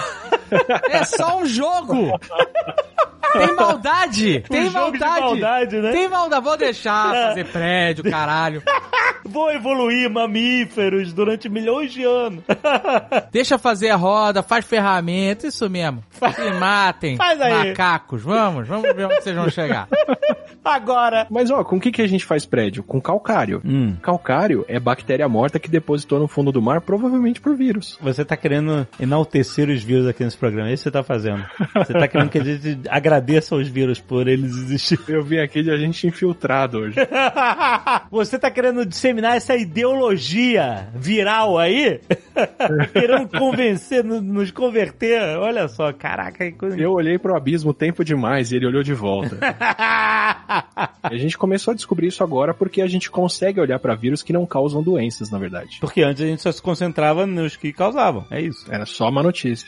É só um jogo. Tem maldade. Tem maldade, né? Tem maldade. Vou deixar fazer prédio, caralho. Vou evoluir mamíferos durante milhões de anos. Deixa fazer a roda, faz ferramenta, isso mesmo. Se matem, faz aí. Macacos. Vamos ver onde vocês vão chegar. Agora. Mas ó, com o que a gente faz prédio? Com calcário. Calcário é bactéria morta que depositou no fundo do mar, provavelmente por vírus. Você tá querendo enaltecer os vírus aqui nesse programa, é isso que você tá fazendo. Você tá querendo que a gente agradeça aos vírus por eles existirem. Eu vim aqui de agente infiltrado hoje. Você tá querendo disseminar essa ideologia viral aí? Querendo convencer, nos converter? Olha só, caraca, que coisa. Eu olhei pro abismo tempo demais e ele olhou de volta. A gente começou a descobrir isso agora porque a gente consegue olhar pra vírus que não causam doenças, na verdade. Porque antes a gente só se concentrava nos que causavam, é isso. Era só uma notícia.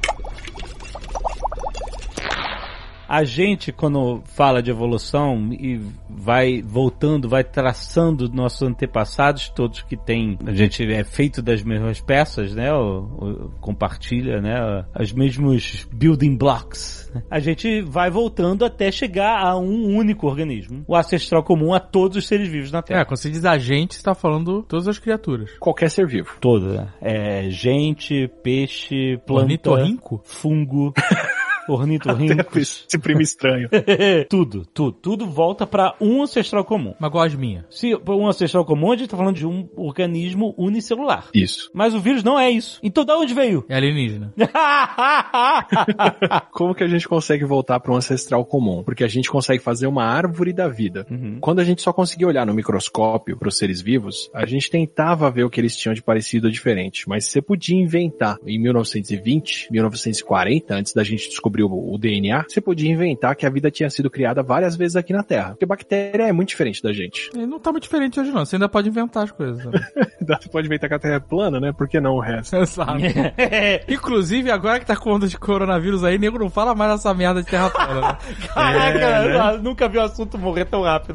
A gente, quando fala de evolução e vai voltando, vai traçando nossos antepassados, todos que tem, a gente é feito das mesmas peças, né? Compartilha, né? Os mesmos building blocks. A gente vai voltando até chegar a um único organismo, o ancestral comum a todos os seres vivos na Terra. Quando você diz a gente, você tá falando todas as criaturas. Qualquer ser vivo. Toda, né? Gente, peixe, planta, ornitorrinco? fungo... Ornitorrinco. Esse primo estranho. Tudo volta pra um ancestral comum. Uma gosminha. Se um ancestral comum, a gente tá falando de um organismo unicelular. Isso. Mas o vírus não é isso. Então da onde veio? É alienígena. Como que a gente consegue voltar para um ancestral comum? Porque a gente consegue fazer uma árvore da vida. Uhum. Quando a gente só conseguia olhar no microscópio para os seres vivos, a gente tentava ver o que eles tinham de parecido ou diferente. Mas você podia inventar em 1920, 1940, antes da gente descobrir o DNA, você podia inventar que a vida tinha sido criada várias vezes aqui na Terra. Porque bactéria é muito diferente da gente. Ele não tá muito diferente hoje não. Você ainda pode inventar as coisas. Você pode inventar que a Terra é plana, né? Por que não o resto? Exato. Inclusive, agora que tá com onda de coronavírus aí, nego não fala mais essa merda de terra plana, né? Caraca, nunca vi o assunto morrer tão rápido.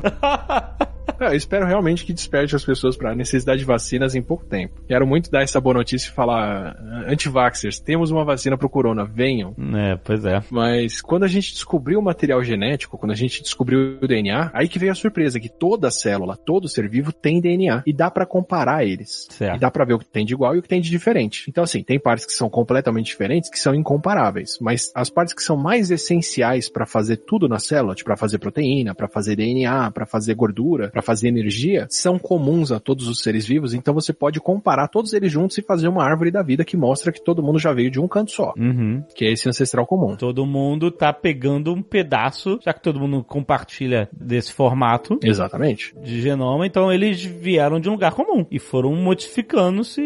Eu espero realmente que desperte as pessoas para a necessidade de vacinas em pouco tempo. Quero muito dar essa boa notícia e falar, anti-vaxxers, temos uma vacina pro corona, venham. Pois é. Mas quando a gente descobriu o material genético, quando a gente descobriu o DNA, aí que veio a surpresa, que toda célula, todo ser vivo tem DNA e dá para comparar eles. Certo. E dá para ver o que tem de igual e o que tem de diferente. Então assim, tem partes que são completamente diferentes, que são incomparáveis, mas as partes que são mais essenciais para fazer tudo na célula, tipo para fazer proteína, para fazer DNA, para fazer gordura, para fazer energia, são comuns a todos os seres vivos, então você pode comparar todos eles juntos e fazer uma árvore da vida que mostra que todo mundo já veio de um canto só, que é esse ancestral comum. Todo mundo tá pegando um pedaço, já que todo mundo compartilha desse formato. Exatamente. De genoma, então eles vieram de um lugar comum e foram modificando-se,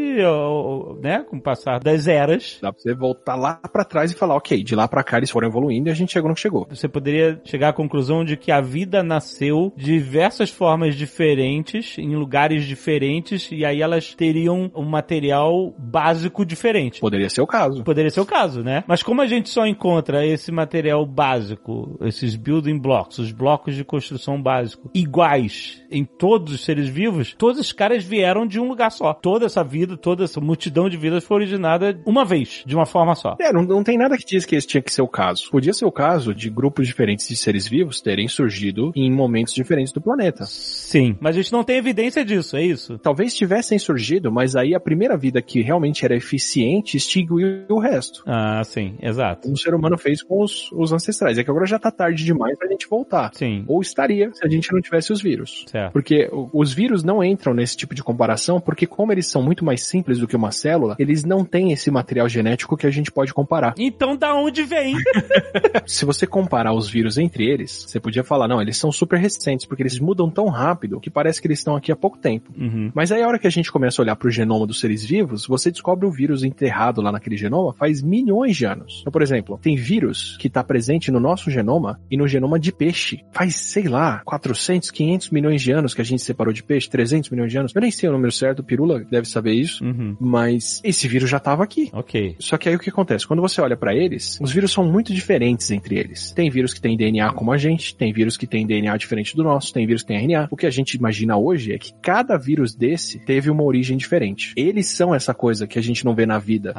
né, com o passar das eras. Dá pra você voltar lá pra trás e falar, ok, de lá pra cá eles foram evoluindo e a gente chegou no que chegou. Você poderia chegar à conclusão de que a vida nasceu de diversas formas diferentes, em lugares diferentes, e aí elas teriam um material básico diferente. Poderia ser o caso. Poderia ser o caso, né? Mas como a gente só encontra esse material básico, esses building blocks, os blocos de construção básico, iguais em todos os seres vivos, todos os caras vieram de um lugar só. Toda essa vida, toda essa multidão de vidas foi originada uma vez, de uma forma só. Não tem nada que diz que esse tinha que ser o caso. Podia ser o caso de grupos diferentes de seres vivos terem surgido em momentos diferentes do planeta. Sim, mas a gente não tem evidência disso, é isso? Talvez tivessem surgido, mas aí a primeira vida que realmente era eficiente extinguiu o resto. Ah, sim, exato. Como o ser humano fez com os ancestrais. É que agora já tá tarde demais pra gente voltar. Sim. Ou estaria se a gente não tivesse os vírus. Certo. Porque os vírus não entram nesse tipo de comparação, porque como eles são muito mais simples do que uma célula, eles não têm esse material genético que a gente pode comparar. Então da onde vem? Se você comparar os vírus entre eles, você podia falar, não, eles são super recentes, porque eles mudam tão rápido que parece que eles estão aqui há pouco tempo. Mas aí a hora que a gente começa a olhar pro genoma dos seres vivos, você descobre o vírus enterrado lá naquele genoma faz milhões de anos. Então, por exemplo, tem vírus que está presente no nosso genoma e no genoma de peixe. Faz, sei lá, 400, 500 milhões de anos que a gente separou de peixe, 300 milhões de anos. Eu nem sei o número certo, o Pirula deve saber isso, mas esse vírus já estava aqui. Ok. Só que aí o que acontece? Quando você olha para eles, os vírus são muito diferentes entre eles. Tem vírus que tem DNA como a gente, tem vírus que tem DNA diferente do nosso, tem vírus que tem RNA. O que a gente imagina hoje é que cada vírus desse teve uma origem diferente. Eles são essa coisa que a gente não vê na vida.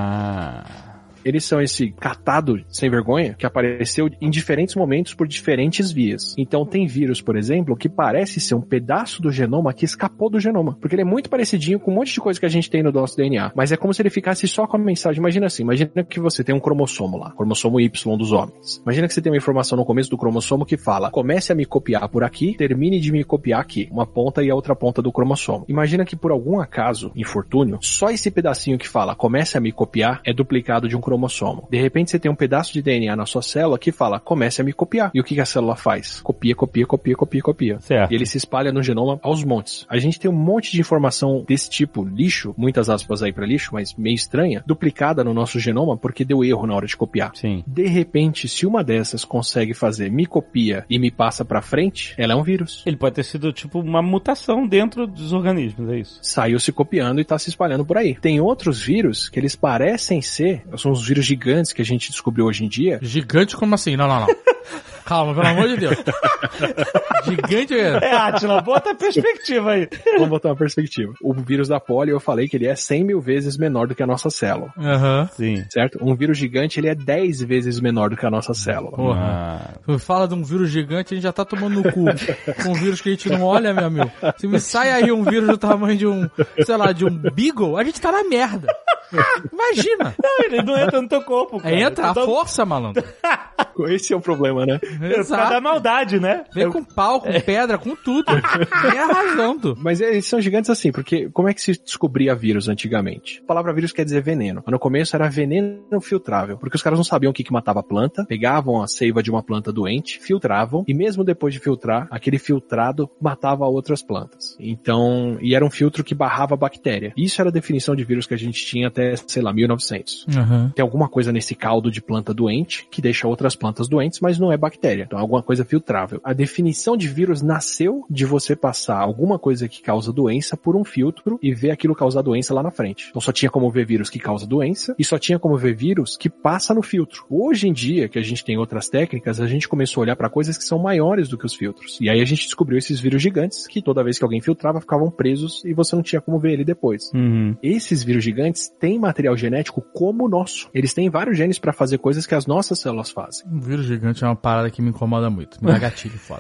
Eles são esse catado sem vergonha que apareceu em diferentes momentos por diferentes vias. Então tem vírus, por exemplo, que parece ser um pedaço do genoma que escapou do genoma. Porque ele é muito parecidinho com um monte de coisa que a gente tem no nosso DNA. Mas é como se ele ficasse só com a mensagem. Imagina assim, imagina que você tem um cromossomo lá, cromossomo Y dos homens. Imagina que você tem uma informação no começo do cromossomo que fala, comece a me copiar por aqui, termine de me copiar aqui. Uma ponta e a outra ponta do cromossomo. Imagina que por algum acaso, infortúnio, só esse pedacinho que fala, comece a me copiar, é duplicado de um cromossomo. De repente você tem um pedaço de DNA na sua célula que fala, comece a me copiar. E o que a célula faz? Copia. Certo. E ele se espalha no genoma aos montes. A gente tem um monte de informação desse tipo, lixo, muitas aspas aí pra lixo, mas meio estranha, duplicada no nosso genoma porque deu erro na hora de copiar. Sim. De repente, se uma dessas consegue fazer me copia e me passa pra frente, ela é um vírus. Ele pode ter sido tipo uma mutação dentro dos organismos, é isso? Saiu se copiando e tá se espalhando por aí. Tem outros vírus que eles parecem ser, são os vírus gigantes que a gente descobriu hoje em dia. Gigante como assim? Não. Calma, pelo amor de Deus. Gigante mesmo. Átila, bota a perspectiva aí. Vamos botar uma perspectiva. O vírus da polio, eu falei que ele é 100 mil vezes menor do que a nossa célula. Sim. Certo? Um vírus gigante, ele é 10 vezes menor do que a nossa célula. Porra. Fala de um vírus gigante, a gente já tá tomando no cu. Com um vírus que a gente não olha, meu amigo. Se me sai aí um vírus do tamanho de um, sei lá, de um beagle, a gente tá na merda. Imagina. Não, ele não entra no teu corpo, cara. Entra a força, malandro. Esse é o problema, né? Exato. Da maldade, né? Vem com pau, com pedra, com tudo. Vem arrasando. Mas eles são gigantes assim, porque como é que se descobria vírus antigamente? A palavra vírus quer dizer veneno. No começo era veneno filtrável, porque os caras não sabiam o que matava a planta, pegavam a seiva de uma planta doente, filtravam, e mesmo depois de filtrar, aquele filtrado matava outras plantas. Então, e era um filtro que barrava a bactéria. Isso era a definição de vírus que a gente tinha até, sei lá, 1900. Uhum. Tem alguma coisa nesse caldo de planta doente que deixa outras plantas doentes, mas não é bactéria. Então é alguma coisa filtrável. A definição de vírus nasceu de você passar alguma coisa que causa doença por um filtro e ver aquilo causar doença lá na frente. Então só tinha como ver vírus que causa doença e só tinha como ver vírus que passa no filtro. Hoje em dia, que a gente tem outras técnicas, a gente começou a olhar para coisas que são maiores do que os filtros. E aí a gente descobriu esses vírus gigantes que toda vez que alguém filtrava ficavam presos e você não tinha como ver ele depois. Uhum. Esses vírus gigantes têm material genético como o nosso. Eles têm vários genes para fazer coisas que as nossas células fazem. Um vírus gigante é uma parada que me incomoda muito. Me dá gatilho foda.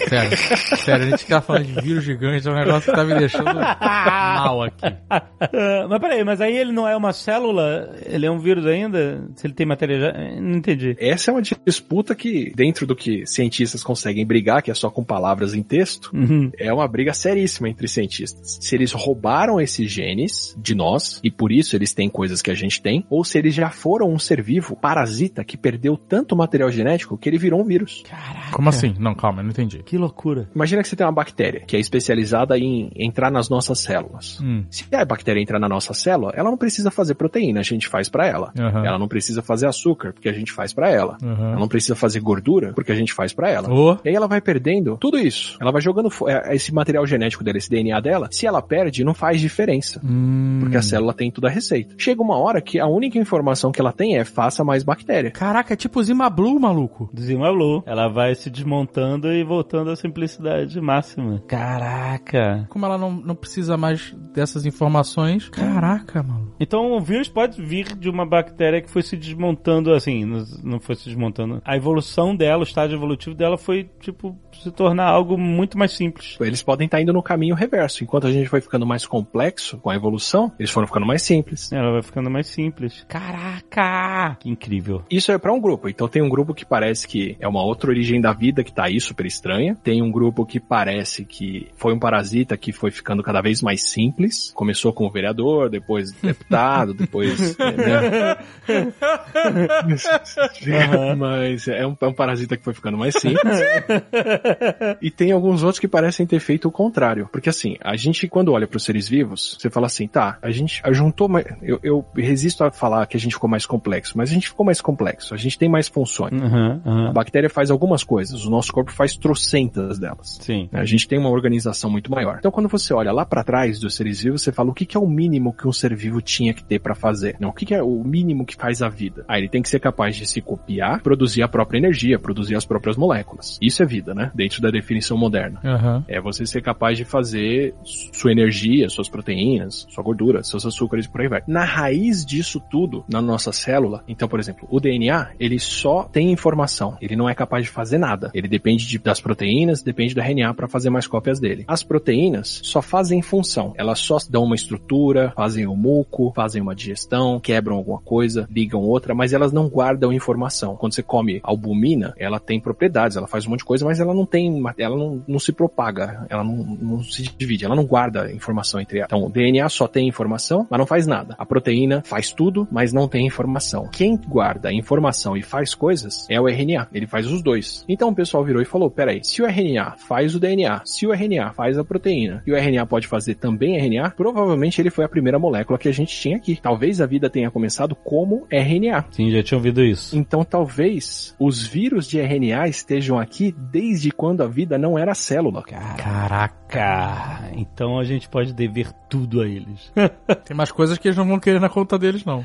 Sério, a gente ficar falando de vírus gigante é um negócio que tá me deixando mal aqui. Mas peraí, mas aí ele não é uma célula? Ele é um vírus ainda? Se ele tem matéria... Não entendi. Essa é uma disputa que, dentro do que cientistas conseguem brigar, que é só com palavras em texto, é uma briga seríssima entre cientistas. Se eles roubaram esses genes de nós, e por isso eles têm coisas que a gente tem, ou se eles já foram um ser vivo parasita que perdeu tanto material genético que ele virou um vírus. Caraca. Como assim? Não, calma, eu não entendi. Que loucura. Imagina que você tem uma bactéria que é especializada em entrar nas nossas células. Se a bactéria entrar na nossa célula, ela não precisa fazer proteína, a gente faz pra ela. Uhum. Ela não precisa fazer açúcar, porque a gente faz pra ela. Uhum. Ela não precisa fazer gordura, porque a gente faz pra ela. E aí ela vai perdendo tudo isso. Ela vai jogando esse material genético dela, esse DNA dela. Se ela perde, não faz diferença. Porque a célula tem toda a receita. Chega uma hora que a única informação que ela tem é faça mais bactéria. Caraca, é tipo Zimablu, maluco. Zimablu. Ela vai se desmontando e voltando à simplicidade máxima. Caraca. Como ela não precisa mais dessas informações. Caraca, mano. Então o vírus pode vir de uma bactéria que foi se desmontando, assim, não foi se desmontando. A evolução dela, o estágio evolutivo dela foi, tipo, se tornar algo muito mais simples. Eles podem estar indo no caminho reverso. Enquanto a gente vai ficando mais complexo com a evolução, eles foram ficando mais simples. Ela vai ficando mais simples. Caraca! Que incrível. Isso é pra um grupo. Então tem um grupo que parece que é uma outra origem da vida que tá aí super estranha. Tem um grupo que parece que foi um parasita que foi ficando cada vez mais simples. Começou como vereador, depois deputado, depois... né? Mas é um parasita que foi ficando mais simples. E tem alguns outros que parecem ter feito o contrário. Porque assim, a gente quando olha pros seres vivos, você fala assim, tá, a gente juntou mais... Eu resisto a falar que a gente ficou mais complexo, mas a gente ficou mais complexo. A gente tem mais funções. A bactéria faz algumas coisas, o nosso corpo faz trocentas delas. Sim. A gente tem uma organização muito maior. Então quando você olha lá pra trás dos seres vivos, você fala o que é o mínimo que um ser vivo tinha que ter pra fazer? Não, o que é o mínimo que faz a vida? Ele tem que ser capaz de se copiar, produzir a própria energia, produzir as próprias moléculas. Isso é vida, né? Dentro da definição moderna. É você ser capaz de fazer sua energia, suas proteínas, sua gordura, seus açúcares e por aí vai. Na raiz disso tudo, na nossa célula, então, por exemplo, o DNA, ele só tem informação. Ele não é capaz de fazer nada. Ele depende das proteínas, depende do RNA para fazer mais cópias dele. As proteínas só fazem função. Elas só dão uma estrutura, fazem o muco, fazem uma digestão, quebram alguma coisa, ligam outra, mas elas não guardam informação. Quando você come albumina, ela tem propriedades, ela faz um monte de coisa, mas ela não tem, ela não se propaga, ela não se divide, ela não guarda informação entre elas. Então, o DNA só tem informação, mas não faz nada. A proteína faz tudo, mas não tem informação. Quem guarda informação e faz coisas é o RNA. Ele faz os dois. Então o pessoal virou e falou, peraí, se o RNA faz o DNA, se o RNA faz a proteína e o RNA pode fazer também RNA, provavelmente ele foi a primeira molécula que a gente tinha aqui. Talvez a vida tenha começado como RNA. Sim, já tinha ouvido isso. Então talvez os vírus de RNA estejam aqui desde quando a vida não era célula. Caraca! Então a gente pode dever tudo a eles. Tem mais coisas que eles não vão querer na conta deles, não.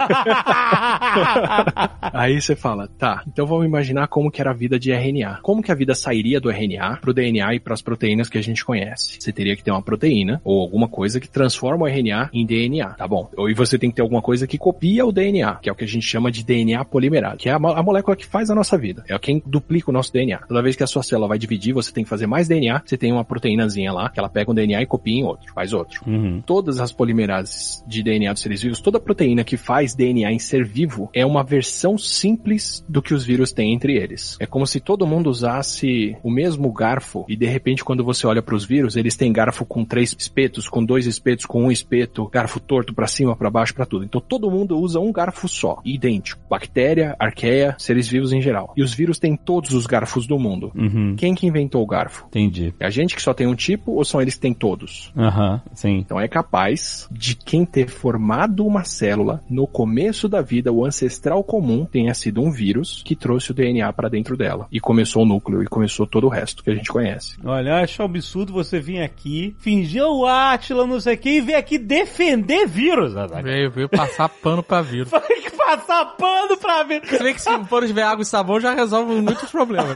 Aí você fala, tá, então vamos imaginar como que era a vida de RNA. Como que a vida sairia do RNA pro DNA e pras proteínas que a gente conhece? Você teria que ter uma proteína ou alguma coisa que transforma o RNA em DNA, tá bom? E você tem que ter alguma coisa que copia o DNA, que é o que a gente chama de DNA polimerase, que é a molécula que faz a nossa vida. É quem duplica o nosso DNA. Toda vez que a sua célula vai dividir, você tem que fazer mais DNA, você tem uma proteínazinha irmãzinha lá, que ela pega um DNA e copia em outro, faz outro. Todas as polimerases de DNA dos seres vivos, toda a proteína que faz DNA em ser vivo é uma versão simples do que os vírus têm entre eles. É como se todo mundo usasse o mesmo garfo e de repente quando você olha para os vírus, eles têm garfo com 3 espetos, com 2 espetos, com 1 espeto, garfo torto para cima, para baixo, para tudo. Então todo mundo usa um garfo só, idêntico. Bactéria, arqueia, seres vivos em geral. E os vírus têm todos os garfos do mundo. Quem que inventou o garfo? Entendi. É a gente que só tem um tipo ou são eles que têm todos? Sim. Então é capaz de quem ter formado uma célula no começo da vida, o ancestral comum tenha sido um vírus que trouxe o DNA para dentro dela. E começou o núcleo e começou todo o resto que a gente conhece. Olha, acho absurdo você vir aqui, fingir o Átila, não sei o que, e vir aqui defender vírus. Veio passar pano pra vírus. Foi que passar pano pra vírus. Você vê que se for tiver água e sabão já resolve muitos problemas.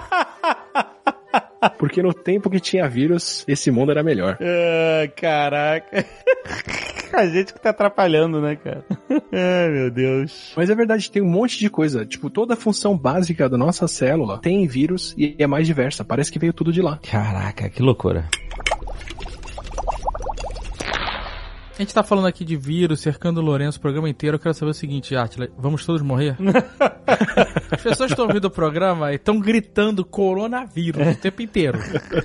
Porque no tempo que tinha vírus, esse mundo era melhor. Caraca. A gente que tá atrapalhando, né, cara? Ai, meu Deus. Mas é verdade, tem um monte de coisa. Tipo, toda a função básica da nossa célula tem vírus e é mais diversa. Parece que veio tudo de lá. Caraca, que loucura. A gente tá falando aqui de vírus, cercando o Lourenço o programa inteiro. Eu quero saber o seguinte, Átila, vamos todos morrer? As pessoas estão ouvindo o programa e estão gritando coronavírus o tempo inteiro.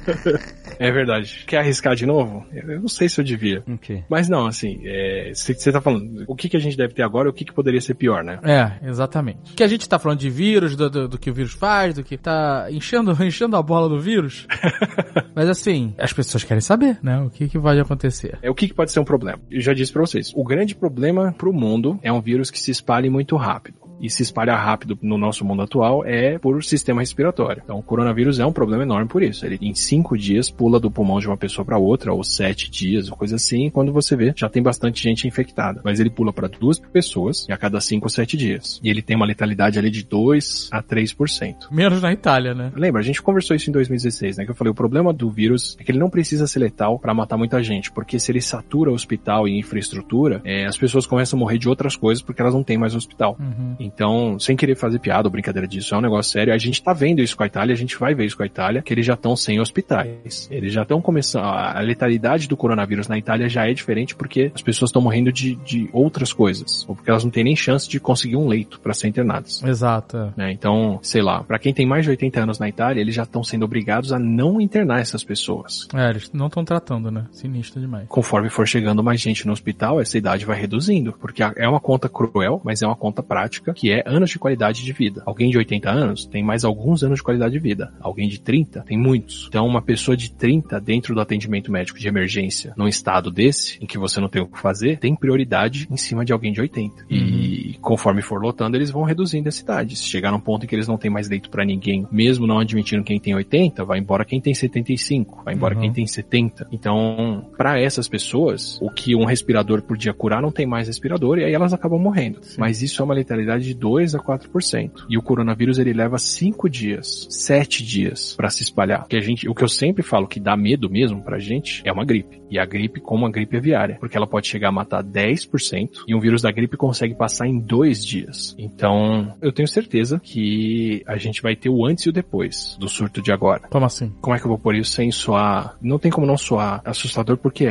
É verdade. Quer arriscar de novo? Eu não sei se eu devia. Okay. Mas não, assim, você tá falando, o que a gente deve ter agora e o que poderia ser pior, né? É, exatamente. Que a gente tá falando de vírus, do que o vírus faz, do que tá enchendo a bola do vírus. Mas assim, as pessoas querem saber, né? O que vai acontecer. O que pode ser um problema? Eu já disse pra vocês, o grande problema pro mundo é um vírus que se espalhe muito rápido. E se espalhar rápido no nosso mundo atual é por sistema respiratório. Então o coronavírus é um problema enorme por isso. Ele em 5 dias pula do pulmão de uma pessoa para outra, ou 7 dias, ou coisa assim. Quando você vê, já tem bastante gente infectada. Mas ele pula para 2 pessoas a cada 5 ou 7 dias. E ele tem uma letalidade ali de 2 a 3%. Menos na Itália, né? Lembra, a gente conversou isso em 2016, né? Que eu falei, o problema do vírus é que ele não precisa ser letal para matar muita gente. Porque se ele satura o hospital e infraestrutura, as pessoas começam a morrer de outras coisas porque elas não têm mais hospital. Então, sem querer fazer piada ou brincadeira disso, é um negócio sério. A gente tá vendo isso com a Itália, a gente vai ver isso com a Itália, que eles já estão sem hospitais. Eles já estão começando... A letalidade do coronavírus na Itália já é diferente porque as pessoas estão morrendo de outras coisas. Ou porque elas não têm nem chance de conseguir um leito para ser internadas. Exato. Então, sei lá, pra quem tem mais de 80 anos na Itália, eles já estão sendo obrigados a não internar essas pessoas. Eles não estão tratando, né? Sinistro demais. Conforme for chegando mais gente no hospital, essa idade vai reduzindo. Porque é uma conta cruel, mas é uma conta prática, que é anos de qualidade de vida. Alguém de 80 anos tem mais alguns anos de qualidade de vida. Alguém de 30 tem muitos. Então, uma pessoa de 30 dentro do atendimento médico de emergência, num estado desse, em que você não tem o que fazer, tem prioridade em cima de alguém de 80. E conforme for lotando, eles vão reduzindo essa idade. Se chegar num ponto em que eles não têm mais leito pra ninguém, mesmo não admitindo quem tem 80, vai embora quem tem 75, vai embora quem tem 70. Então, pra essas pessoas, o que um respirador podia curar não tem mais respirador e aí elas acabam morrendo. Sim. Mas isso é uma letalidade de 2 a 4%. E o coronavírus, ele leva 5 dias, 7 dias pra se espalhar. O que eu sempre falo que dá medo mesmo pra gente é uma gripe. E a gripe como uma gripe aviária. Porque ela pode chegar a matar 10% e um vírus da gripe consegue passar em 2 dias. Então, eu tenho certeza que a gente vai ter o antes e o depois do surto de agora. Como assim? Como é que eu vou pôr isso sem soar? Não tem como não soar assustador porque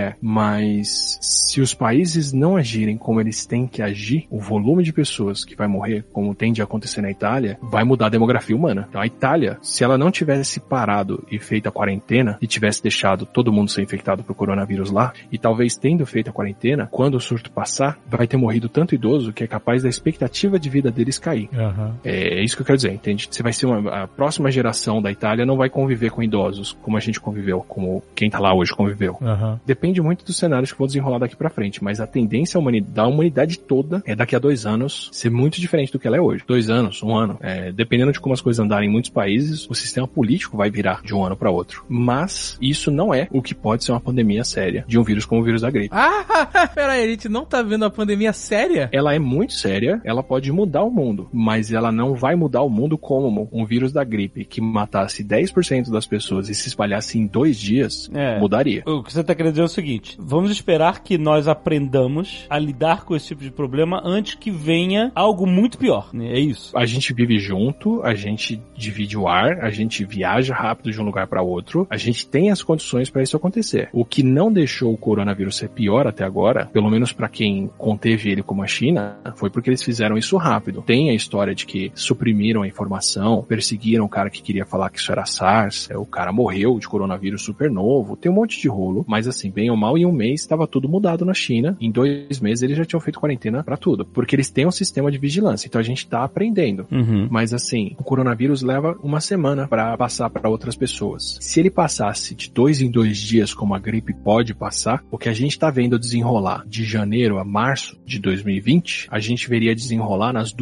mas se os países não agirem como eles têm que agir, o volume de pessoas que vai morrer, como tende a acontecer na Itália, vai mudar a demografia humana. Então a Itália, se ela não tivesse parado e feito a quarentena e tivesse deixado todo mundo ser infectado por coronavírus lá, e talvez tendo feito a quarentena, quando o surto passar, vai ter morrido tanto idoso que é capaz da expectativa de vida deles cair. É isso que eu quero dizer, entende? Você vai ser a próxima geração da Itália não vai conviver com idosos como a gente conviveu, como quem tá lá hoje conviveu. Depende muito dos cenários que vão desenrolar daqui pra frente, mas a tendência da humanidade toda é daqui a 2 anos ser muito diferente do que ela é hoje. 2 anos, 1 ano. Dependendo de como as coisas andarem em muitos países, o sistema político vai virar de um ano para outro. Mas isso não é o que pode ser uma pandemia séria de um vírus como o vírus da gripe. Peraí, a gente não tá vendo a pandemia séria? Ela é muito séria, ela pode mudar o mundo, mas ela não vai mudar o mundo como um vírus da gripe que matasse 10% das pessoas e se espalhasse em 2 dias, mudaria. O que você tá querendo dizer é o seguinte, vamos esperar que nós aprendamos a lidar com esse tipo de problema antes que venha algo muito pior, né? É isso. A gente vive junto, a gente divide o ar, a gente viaja rápido de um lugar para outro, a gente tem as condições para isso acontecer. O que não deixou o coronavírus ser pior até agora, pelo menos para quem conteve ele como a China, foi porque eles fizeram isso rápido. Tem a história de que suprimiram a informação, perseguiram o cara que queria falar que isso era SARS, o cara morreu de coronavírus super novo, tem um monte de rolo, mas assim, bem ou mal, em um mês estava tudo mudado na China, em 2 meses eles já tinham feito quarentena para tudo, porque eles têm um sistema de vigilância, então a gente tá aprendendo. Mas assim, o coronavírus leva uma semana para passar para outras pessoas. Se ele passasse de 2 em 2 dias, como a gripe pode passar, o que a gente tá vendo desenrolar de janeiro a março de 2020, a gente veria desenrolar nas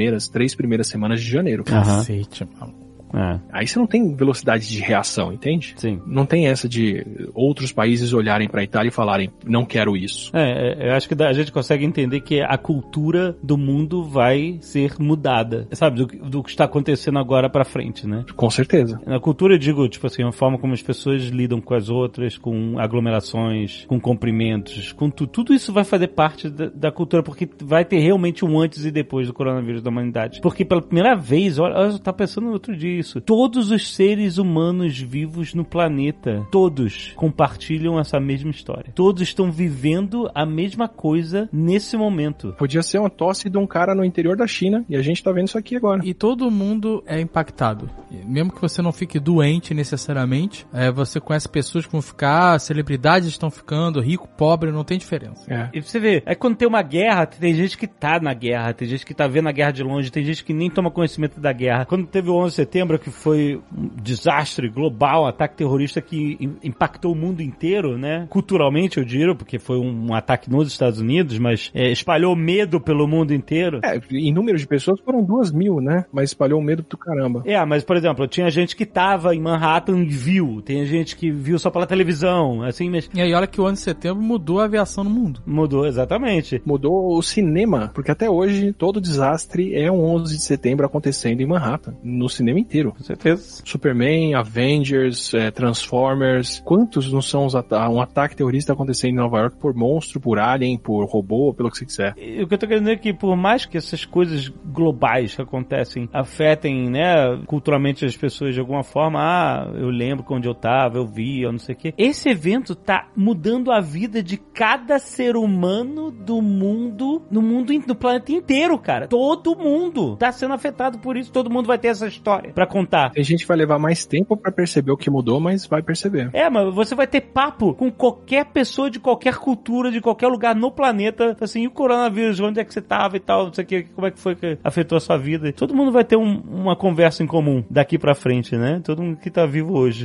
3 primeiras semanas de janeiro. Cacete, mano. Aí você não tem velocidade de reação, entende? Sim. Não tem essa de outros países olharem pra Itália e falarem, não quero isso. Eu acho que a gente consegue entender que a cultura do mundo vai ser mudada, sabe? Do que está acontecendo agora pra frente, né? Com certeza. Na cultura, eu digo, tipo assim, a forma como as pessoas lidam com as outras, com aglomerações, com cumprimentos, com tudo isso vai fazer parte da cultura, porque vai ter realmente um antes e depois do coronavírus da humanidade. Porque pela primeira vez, olha, eu tava pensando no outro dia, isso. Todos os seres humanos vivos no planeta, todos compartilham essa mesma história. Todos estão vivendo a mesma coisa nesse momento. Podia ser uma tosse de um cara no interior da China e a gente tá vendo isso aqui agora. E todo mundo é impactado. Mesmo que você não fique doente necessariamente, você conhece pessoas que vão ficar, celebridades estão ficando, rico, pobre, não tem diferença. E você vê, aí quando tem uma guerra, tem gente que tá na guerra, tem gente que tá vendo a guerra de longe, tem gente que nem toma conhecimento da guerra. Quando teve o 11 de setembro, que foi um desastre global, um ataque terrorista que impactou o mundo inteiro, né? Culturalmente, eu digo, porque foi um ataque nos Estados Unidos, mas espalhou medo pelo mundo inteiro. Em número de pessoas foram 2.000, né? Mas espalhou o medo do caramba. Mas, por exemplo, tinha gente que tava em Manhattan e viu, tem gente que viu só pela televisão, assim, mas... E aí, olha que o 11 de setembro mudou a aviação no mundo. Mudou, exatamente. Mudou o cinema, porque até hoje todo desastre é um 11 de setembro acontecendo em Manhattan, no cinema inteiro. Com certeza. Superman, Avengers, Transformers, quantos não são um ataque terrorista acontecendo em Nova York por monstro, por alien, por robô, pelo que você quiser. E o que eu tô querendo dizer é que por mais que essas coisas globais que acontecem afetem, né, culturalmente as pessoas de alguma forma, eu lembro onde eu tava, eu vi, eu não sei o quê. Esse evento tá mudando a vida de cada ser humano do mundo, no planeta inteiro, cara. Todo mundo tá sendo afetado por isso, todo mundo vai ter essa história pra contar. Tem gente que vai levar mais tempo pra perceber o que mudou, mas vai perceber. Mas você vai ter papo com qualquer pessoa de qualquer cultura, de qualquer lugar no planeta, assim, e o coronavírus, onde é que você tava e tal, não sei o que, como é que foi que afetou a sua vida. Todo mundo vai ter uma conversa em comum daqui pra frente, né? Todo mundo que tá vivo hoje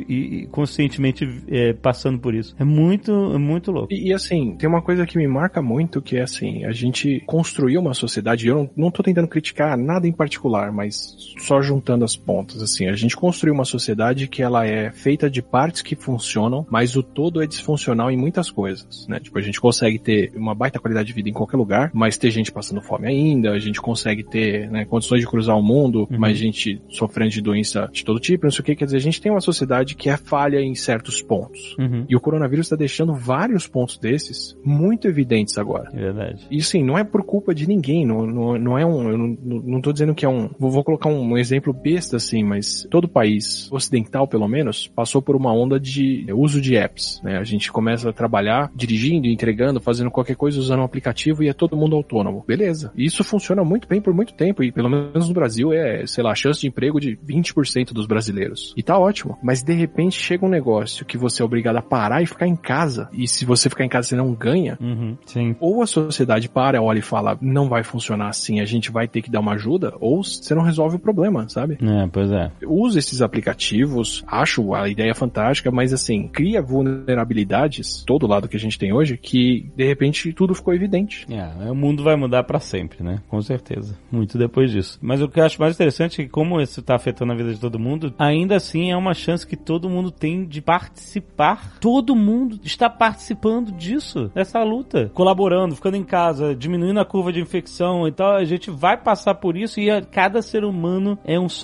e conscientemente passando por isso. É muito louco. E assim, tem uma coisa que me marca muito, que é assim, a gente construiu uma sociedade, eu não tô tentando criticar nada em particular, mas só juntando as pontas, assim, a gente construiu uma sociedade que ela é feita de partes que funcionam, mas o todo é disfuncional em muitas coisas, né? Tipo, a gente consegue ter uma baita qualidade de vida em qualquer lugar, mas ter gente passando fome ainda, a gente consegue ter, né, condições de cruzar o mundo, mas gente sofrendo de doença de todo tipo, não sei o que, quer dizer, a gente tem uma sociedade que é falha em certos pontos. E o coronavírus está deixando vários pontos desses muito evidentes agora. É verdade. E sim, não é por culpa de ninguém, não é eu não tô dizendo que é vou colocar um exemplo besta assim, mas todo país ocidental, pelo menos, passou por uma onda de uso de apps, né? A gente começa a trabalhar dirigindo, entregando, fazendo qualquer coisa usando um aplicativo e é todo mundo autônomo. Beleza. E isso funciona muito bem por muito tempo e pelo menos no Brasil sei lá, a chance de emprego de 20% dos brasileiros. E tá ótimo. Mas de repente chega um negócio que você é obrigado a parar e ficar em casa. E se você ficar em casa você não ganha. Sim. Ou a sociedade para, olha e fala, não vai funcionar assim, a gente vai ter que dar uma ajuda, ou você não resolve o problema, sabe? Pois é. Usa esses aplicativos, acho a ideia fantástica, mas assim, cria vulnerabilidades, todo lado que a gente tem hoje, que de repente tudo ficou evidente. O mundo vai mudar pra sempre, né? Com certeza. Muito depois disso. Mas o que eu acho mais interessante é que como isso tá afetando a vida de todo mundo, ainda assim é uma chance que todo mundo tem de participar. Todo mundo está participando disso, dessa luta. Colaborando, ficando em casa, diminuindo a curva de infecção e tal. A gente vai passar por isso e cada ser humano é um soldado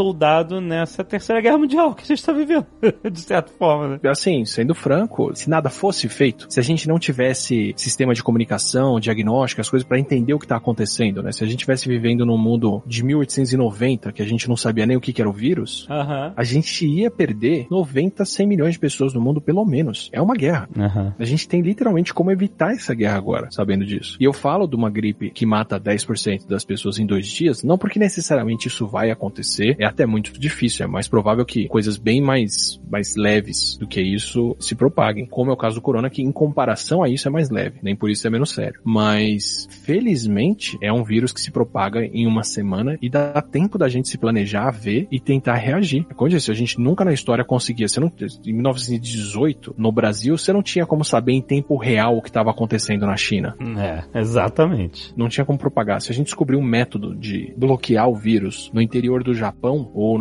soldado nessa terceira guerra mundial que a gente está vivendo, de certa forma, né? Assim, sendo franco, se nada fosse feito, se a gente não tivesse sistema de comunicação, diagnóstico, as coisas para entender o que tá acontecendo, né? Se a gente estivesse vivendo num mundo de 1890, que a gente não sabia nem o que era o vírus, a gente ia perder 90, 100 milhões de pessoas no mundo, pelo menos. É uma guerra. A gente tem literalmente como evitar essa guerra agora, sabendo disso. E eu falo de uma gripe que mata 10% das pessoas em 2 dias, não porque necessariamente isso vai acontecer, é até muito difícil, é mais provável que coisas bem mais leves do que isso se propaguem, como é o caso do corona, que em comparação a isso é mais leve, nem por isso é menos sério. Mas, felizmente, é um vírus que se propaga em uma semana e dá tempo da gente se planejar, ver e tentar reagir. Como eu disse, a gente nunca na história conseguia, em 1918, no Brasil, você não tinha como saber em tempo real o que estava acontecendo na China. Exatamente. Não tinha como propagar. Se a gente descobrir um método de bloquear o vírus no interior do Japão ou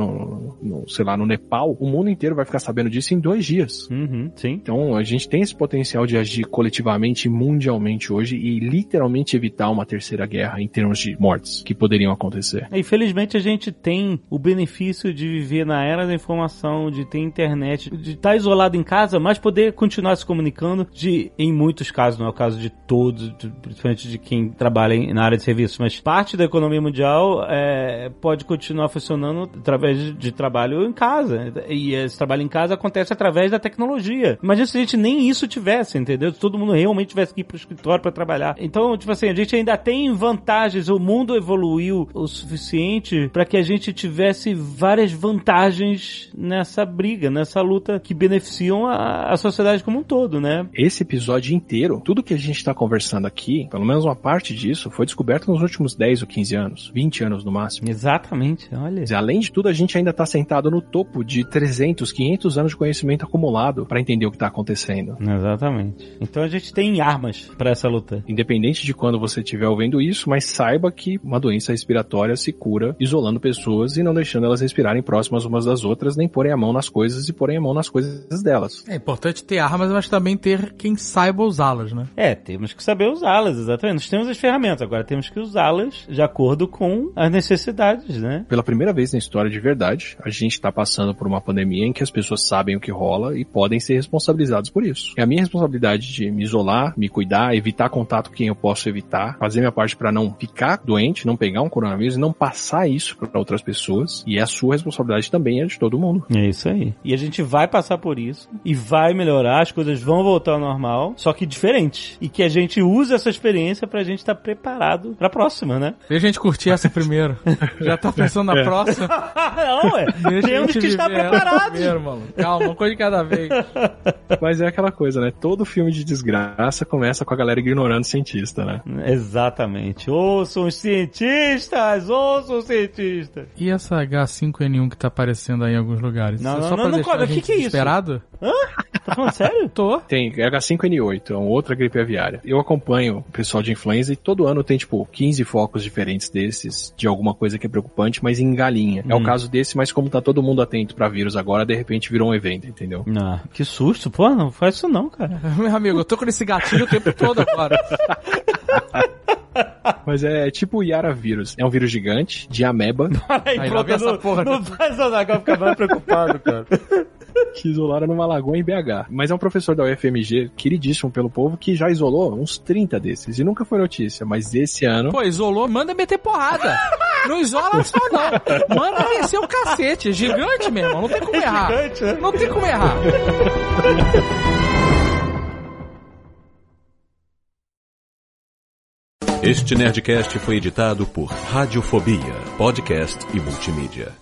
no Nepal, o mundo inteiro vai ficar sabendo disso em 2 dias. Sim. Então a gente tem esse potencial de agir coletivamente e mundialmente hoje e literalmente evitar uma terceira guerra em termos de mortes que poderiam acontecer. E felizmente a gente tem o benefício de viver na era da informação, de ter internet, de estar isolado em casa, mas poder continuar se comunicando, em muitos casos, não é o caso de todos, principalmente de quem trabalha na área de serviços, mas parte da economia mundial pode continuar funcionando através de trabalho em casa. E esse trabalho em casa acontece através da tecnologia. Imagina se a gente nem isso tivesse, entendeu? Se todo mundo realmente tivesse que ir pro escritório para trabalhar. Então, tipo assim, a gente ainda tem vantagens, o mundo evoluiu o suficiente para que a gente tivesse várias vantagens nessa briga, nessa luta que beneficiam a sociedade como um todo, né? Esse episódio inteiro, tudo que a gente tá conversando aqui, pelo menos uma parte disso, foi descoberto nos últimos 10 ou 15 anos, 20 anos no máximo. Exatamente, olha. Além de tudo, a gente ainda tá sentado no topo de 300, 500 anos de conhecimento acumulado para entender o que tá acontecendo. Exatamente. Então a gente tem armas para essa luta. Independente de quando você estiver ouvindo isso, mas saiba que uma doença respiratória se cura isolando pessoas e não deixando elas respirarem próximas umas das outras, nem porem a mão nas coisas e porem a mão nas coisas delas. É importante ter armas, mas também ter quem saiba usá-las, né? Temos que saber usá-las, exatamente. Nós temos as ferramentas, agora temos que usá-las de acordo com as necessidades, né? Pela primeira vez na história de verdade, a gente tá passando por uma pandemia em que as pessoas sabem o que rola e podem ser responsabilizados por isso. É a minha responsabilidade de me isolar, me cuidar, evitar contato com quem eu posso evitar, fazer minha parte para não ficar doente, não pegar um coronavírus e não passar isso para outras pessoas. E a sua responsabilidade também é de todo mundo. É isso aí. E a gente vai passar por isso e vai melhorar, as coisas vão voltar ao normal, só que diferente. E que a gente use essa experiência pra gente estar preparado pra próxima, né? Deixa a gente curtir essa primeiro. Já tá pensando na próxima? Não, temos que estar preparados. Primeiro, mano. Calma, uma coisa de cada vez. Mas é aquela coisa, né? Todo filme de desgraça começa com a galera ignorando o cientista, né? Exatamente. Ouçam os cientistas! Ouçam os cientistas! E essa H5N1 que tá aparecendo aí em alguns lugares? Não, o que é isso? Esperado? Hã? Tá falando sério? Tô. Tem H5N8, é uma outra gripe aviária. Eu acompanho o pessoal de influenza e todo ano tem, 15 focos diferentes desses, de alguma coisa que é preocupante, mas em galinha. É o caso desse, mas como tá todo mundo atento pra vírus agora, de repente virou um evento, entendeu? Que susto, pô, não faz isso não, cara. Meu amigo, eu tô com esse gatilho o tempo todo agora. Mas é tipo o Yara vírus. É um vírus gigante, de ameba. Aí pronto, essa porra. Não faz nada, agora fica mais preocupado, cara. Que isolaram numa lagoa em BH. Mas é um professor da UFMG, queridíssimo pelo povo, que já isolou uns 30 desses. E nunca foi notícia, mas esse ano... Pô, isolou, manda meter porrada. Não isola só não. Manda descer o cacete. É gigante mesmo, não tem como errar. Gigante, né? Não tem como errar. Este Nerdcast foi editado por Radiofobia, podcast e multimídia.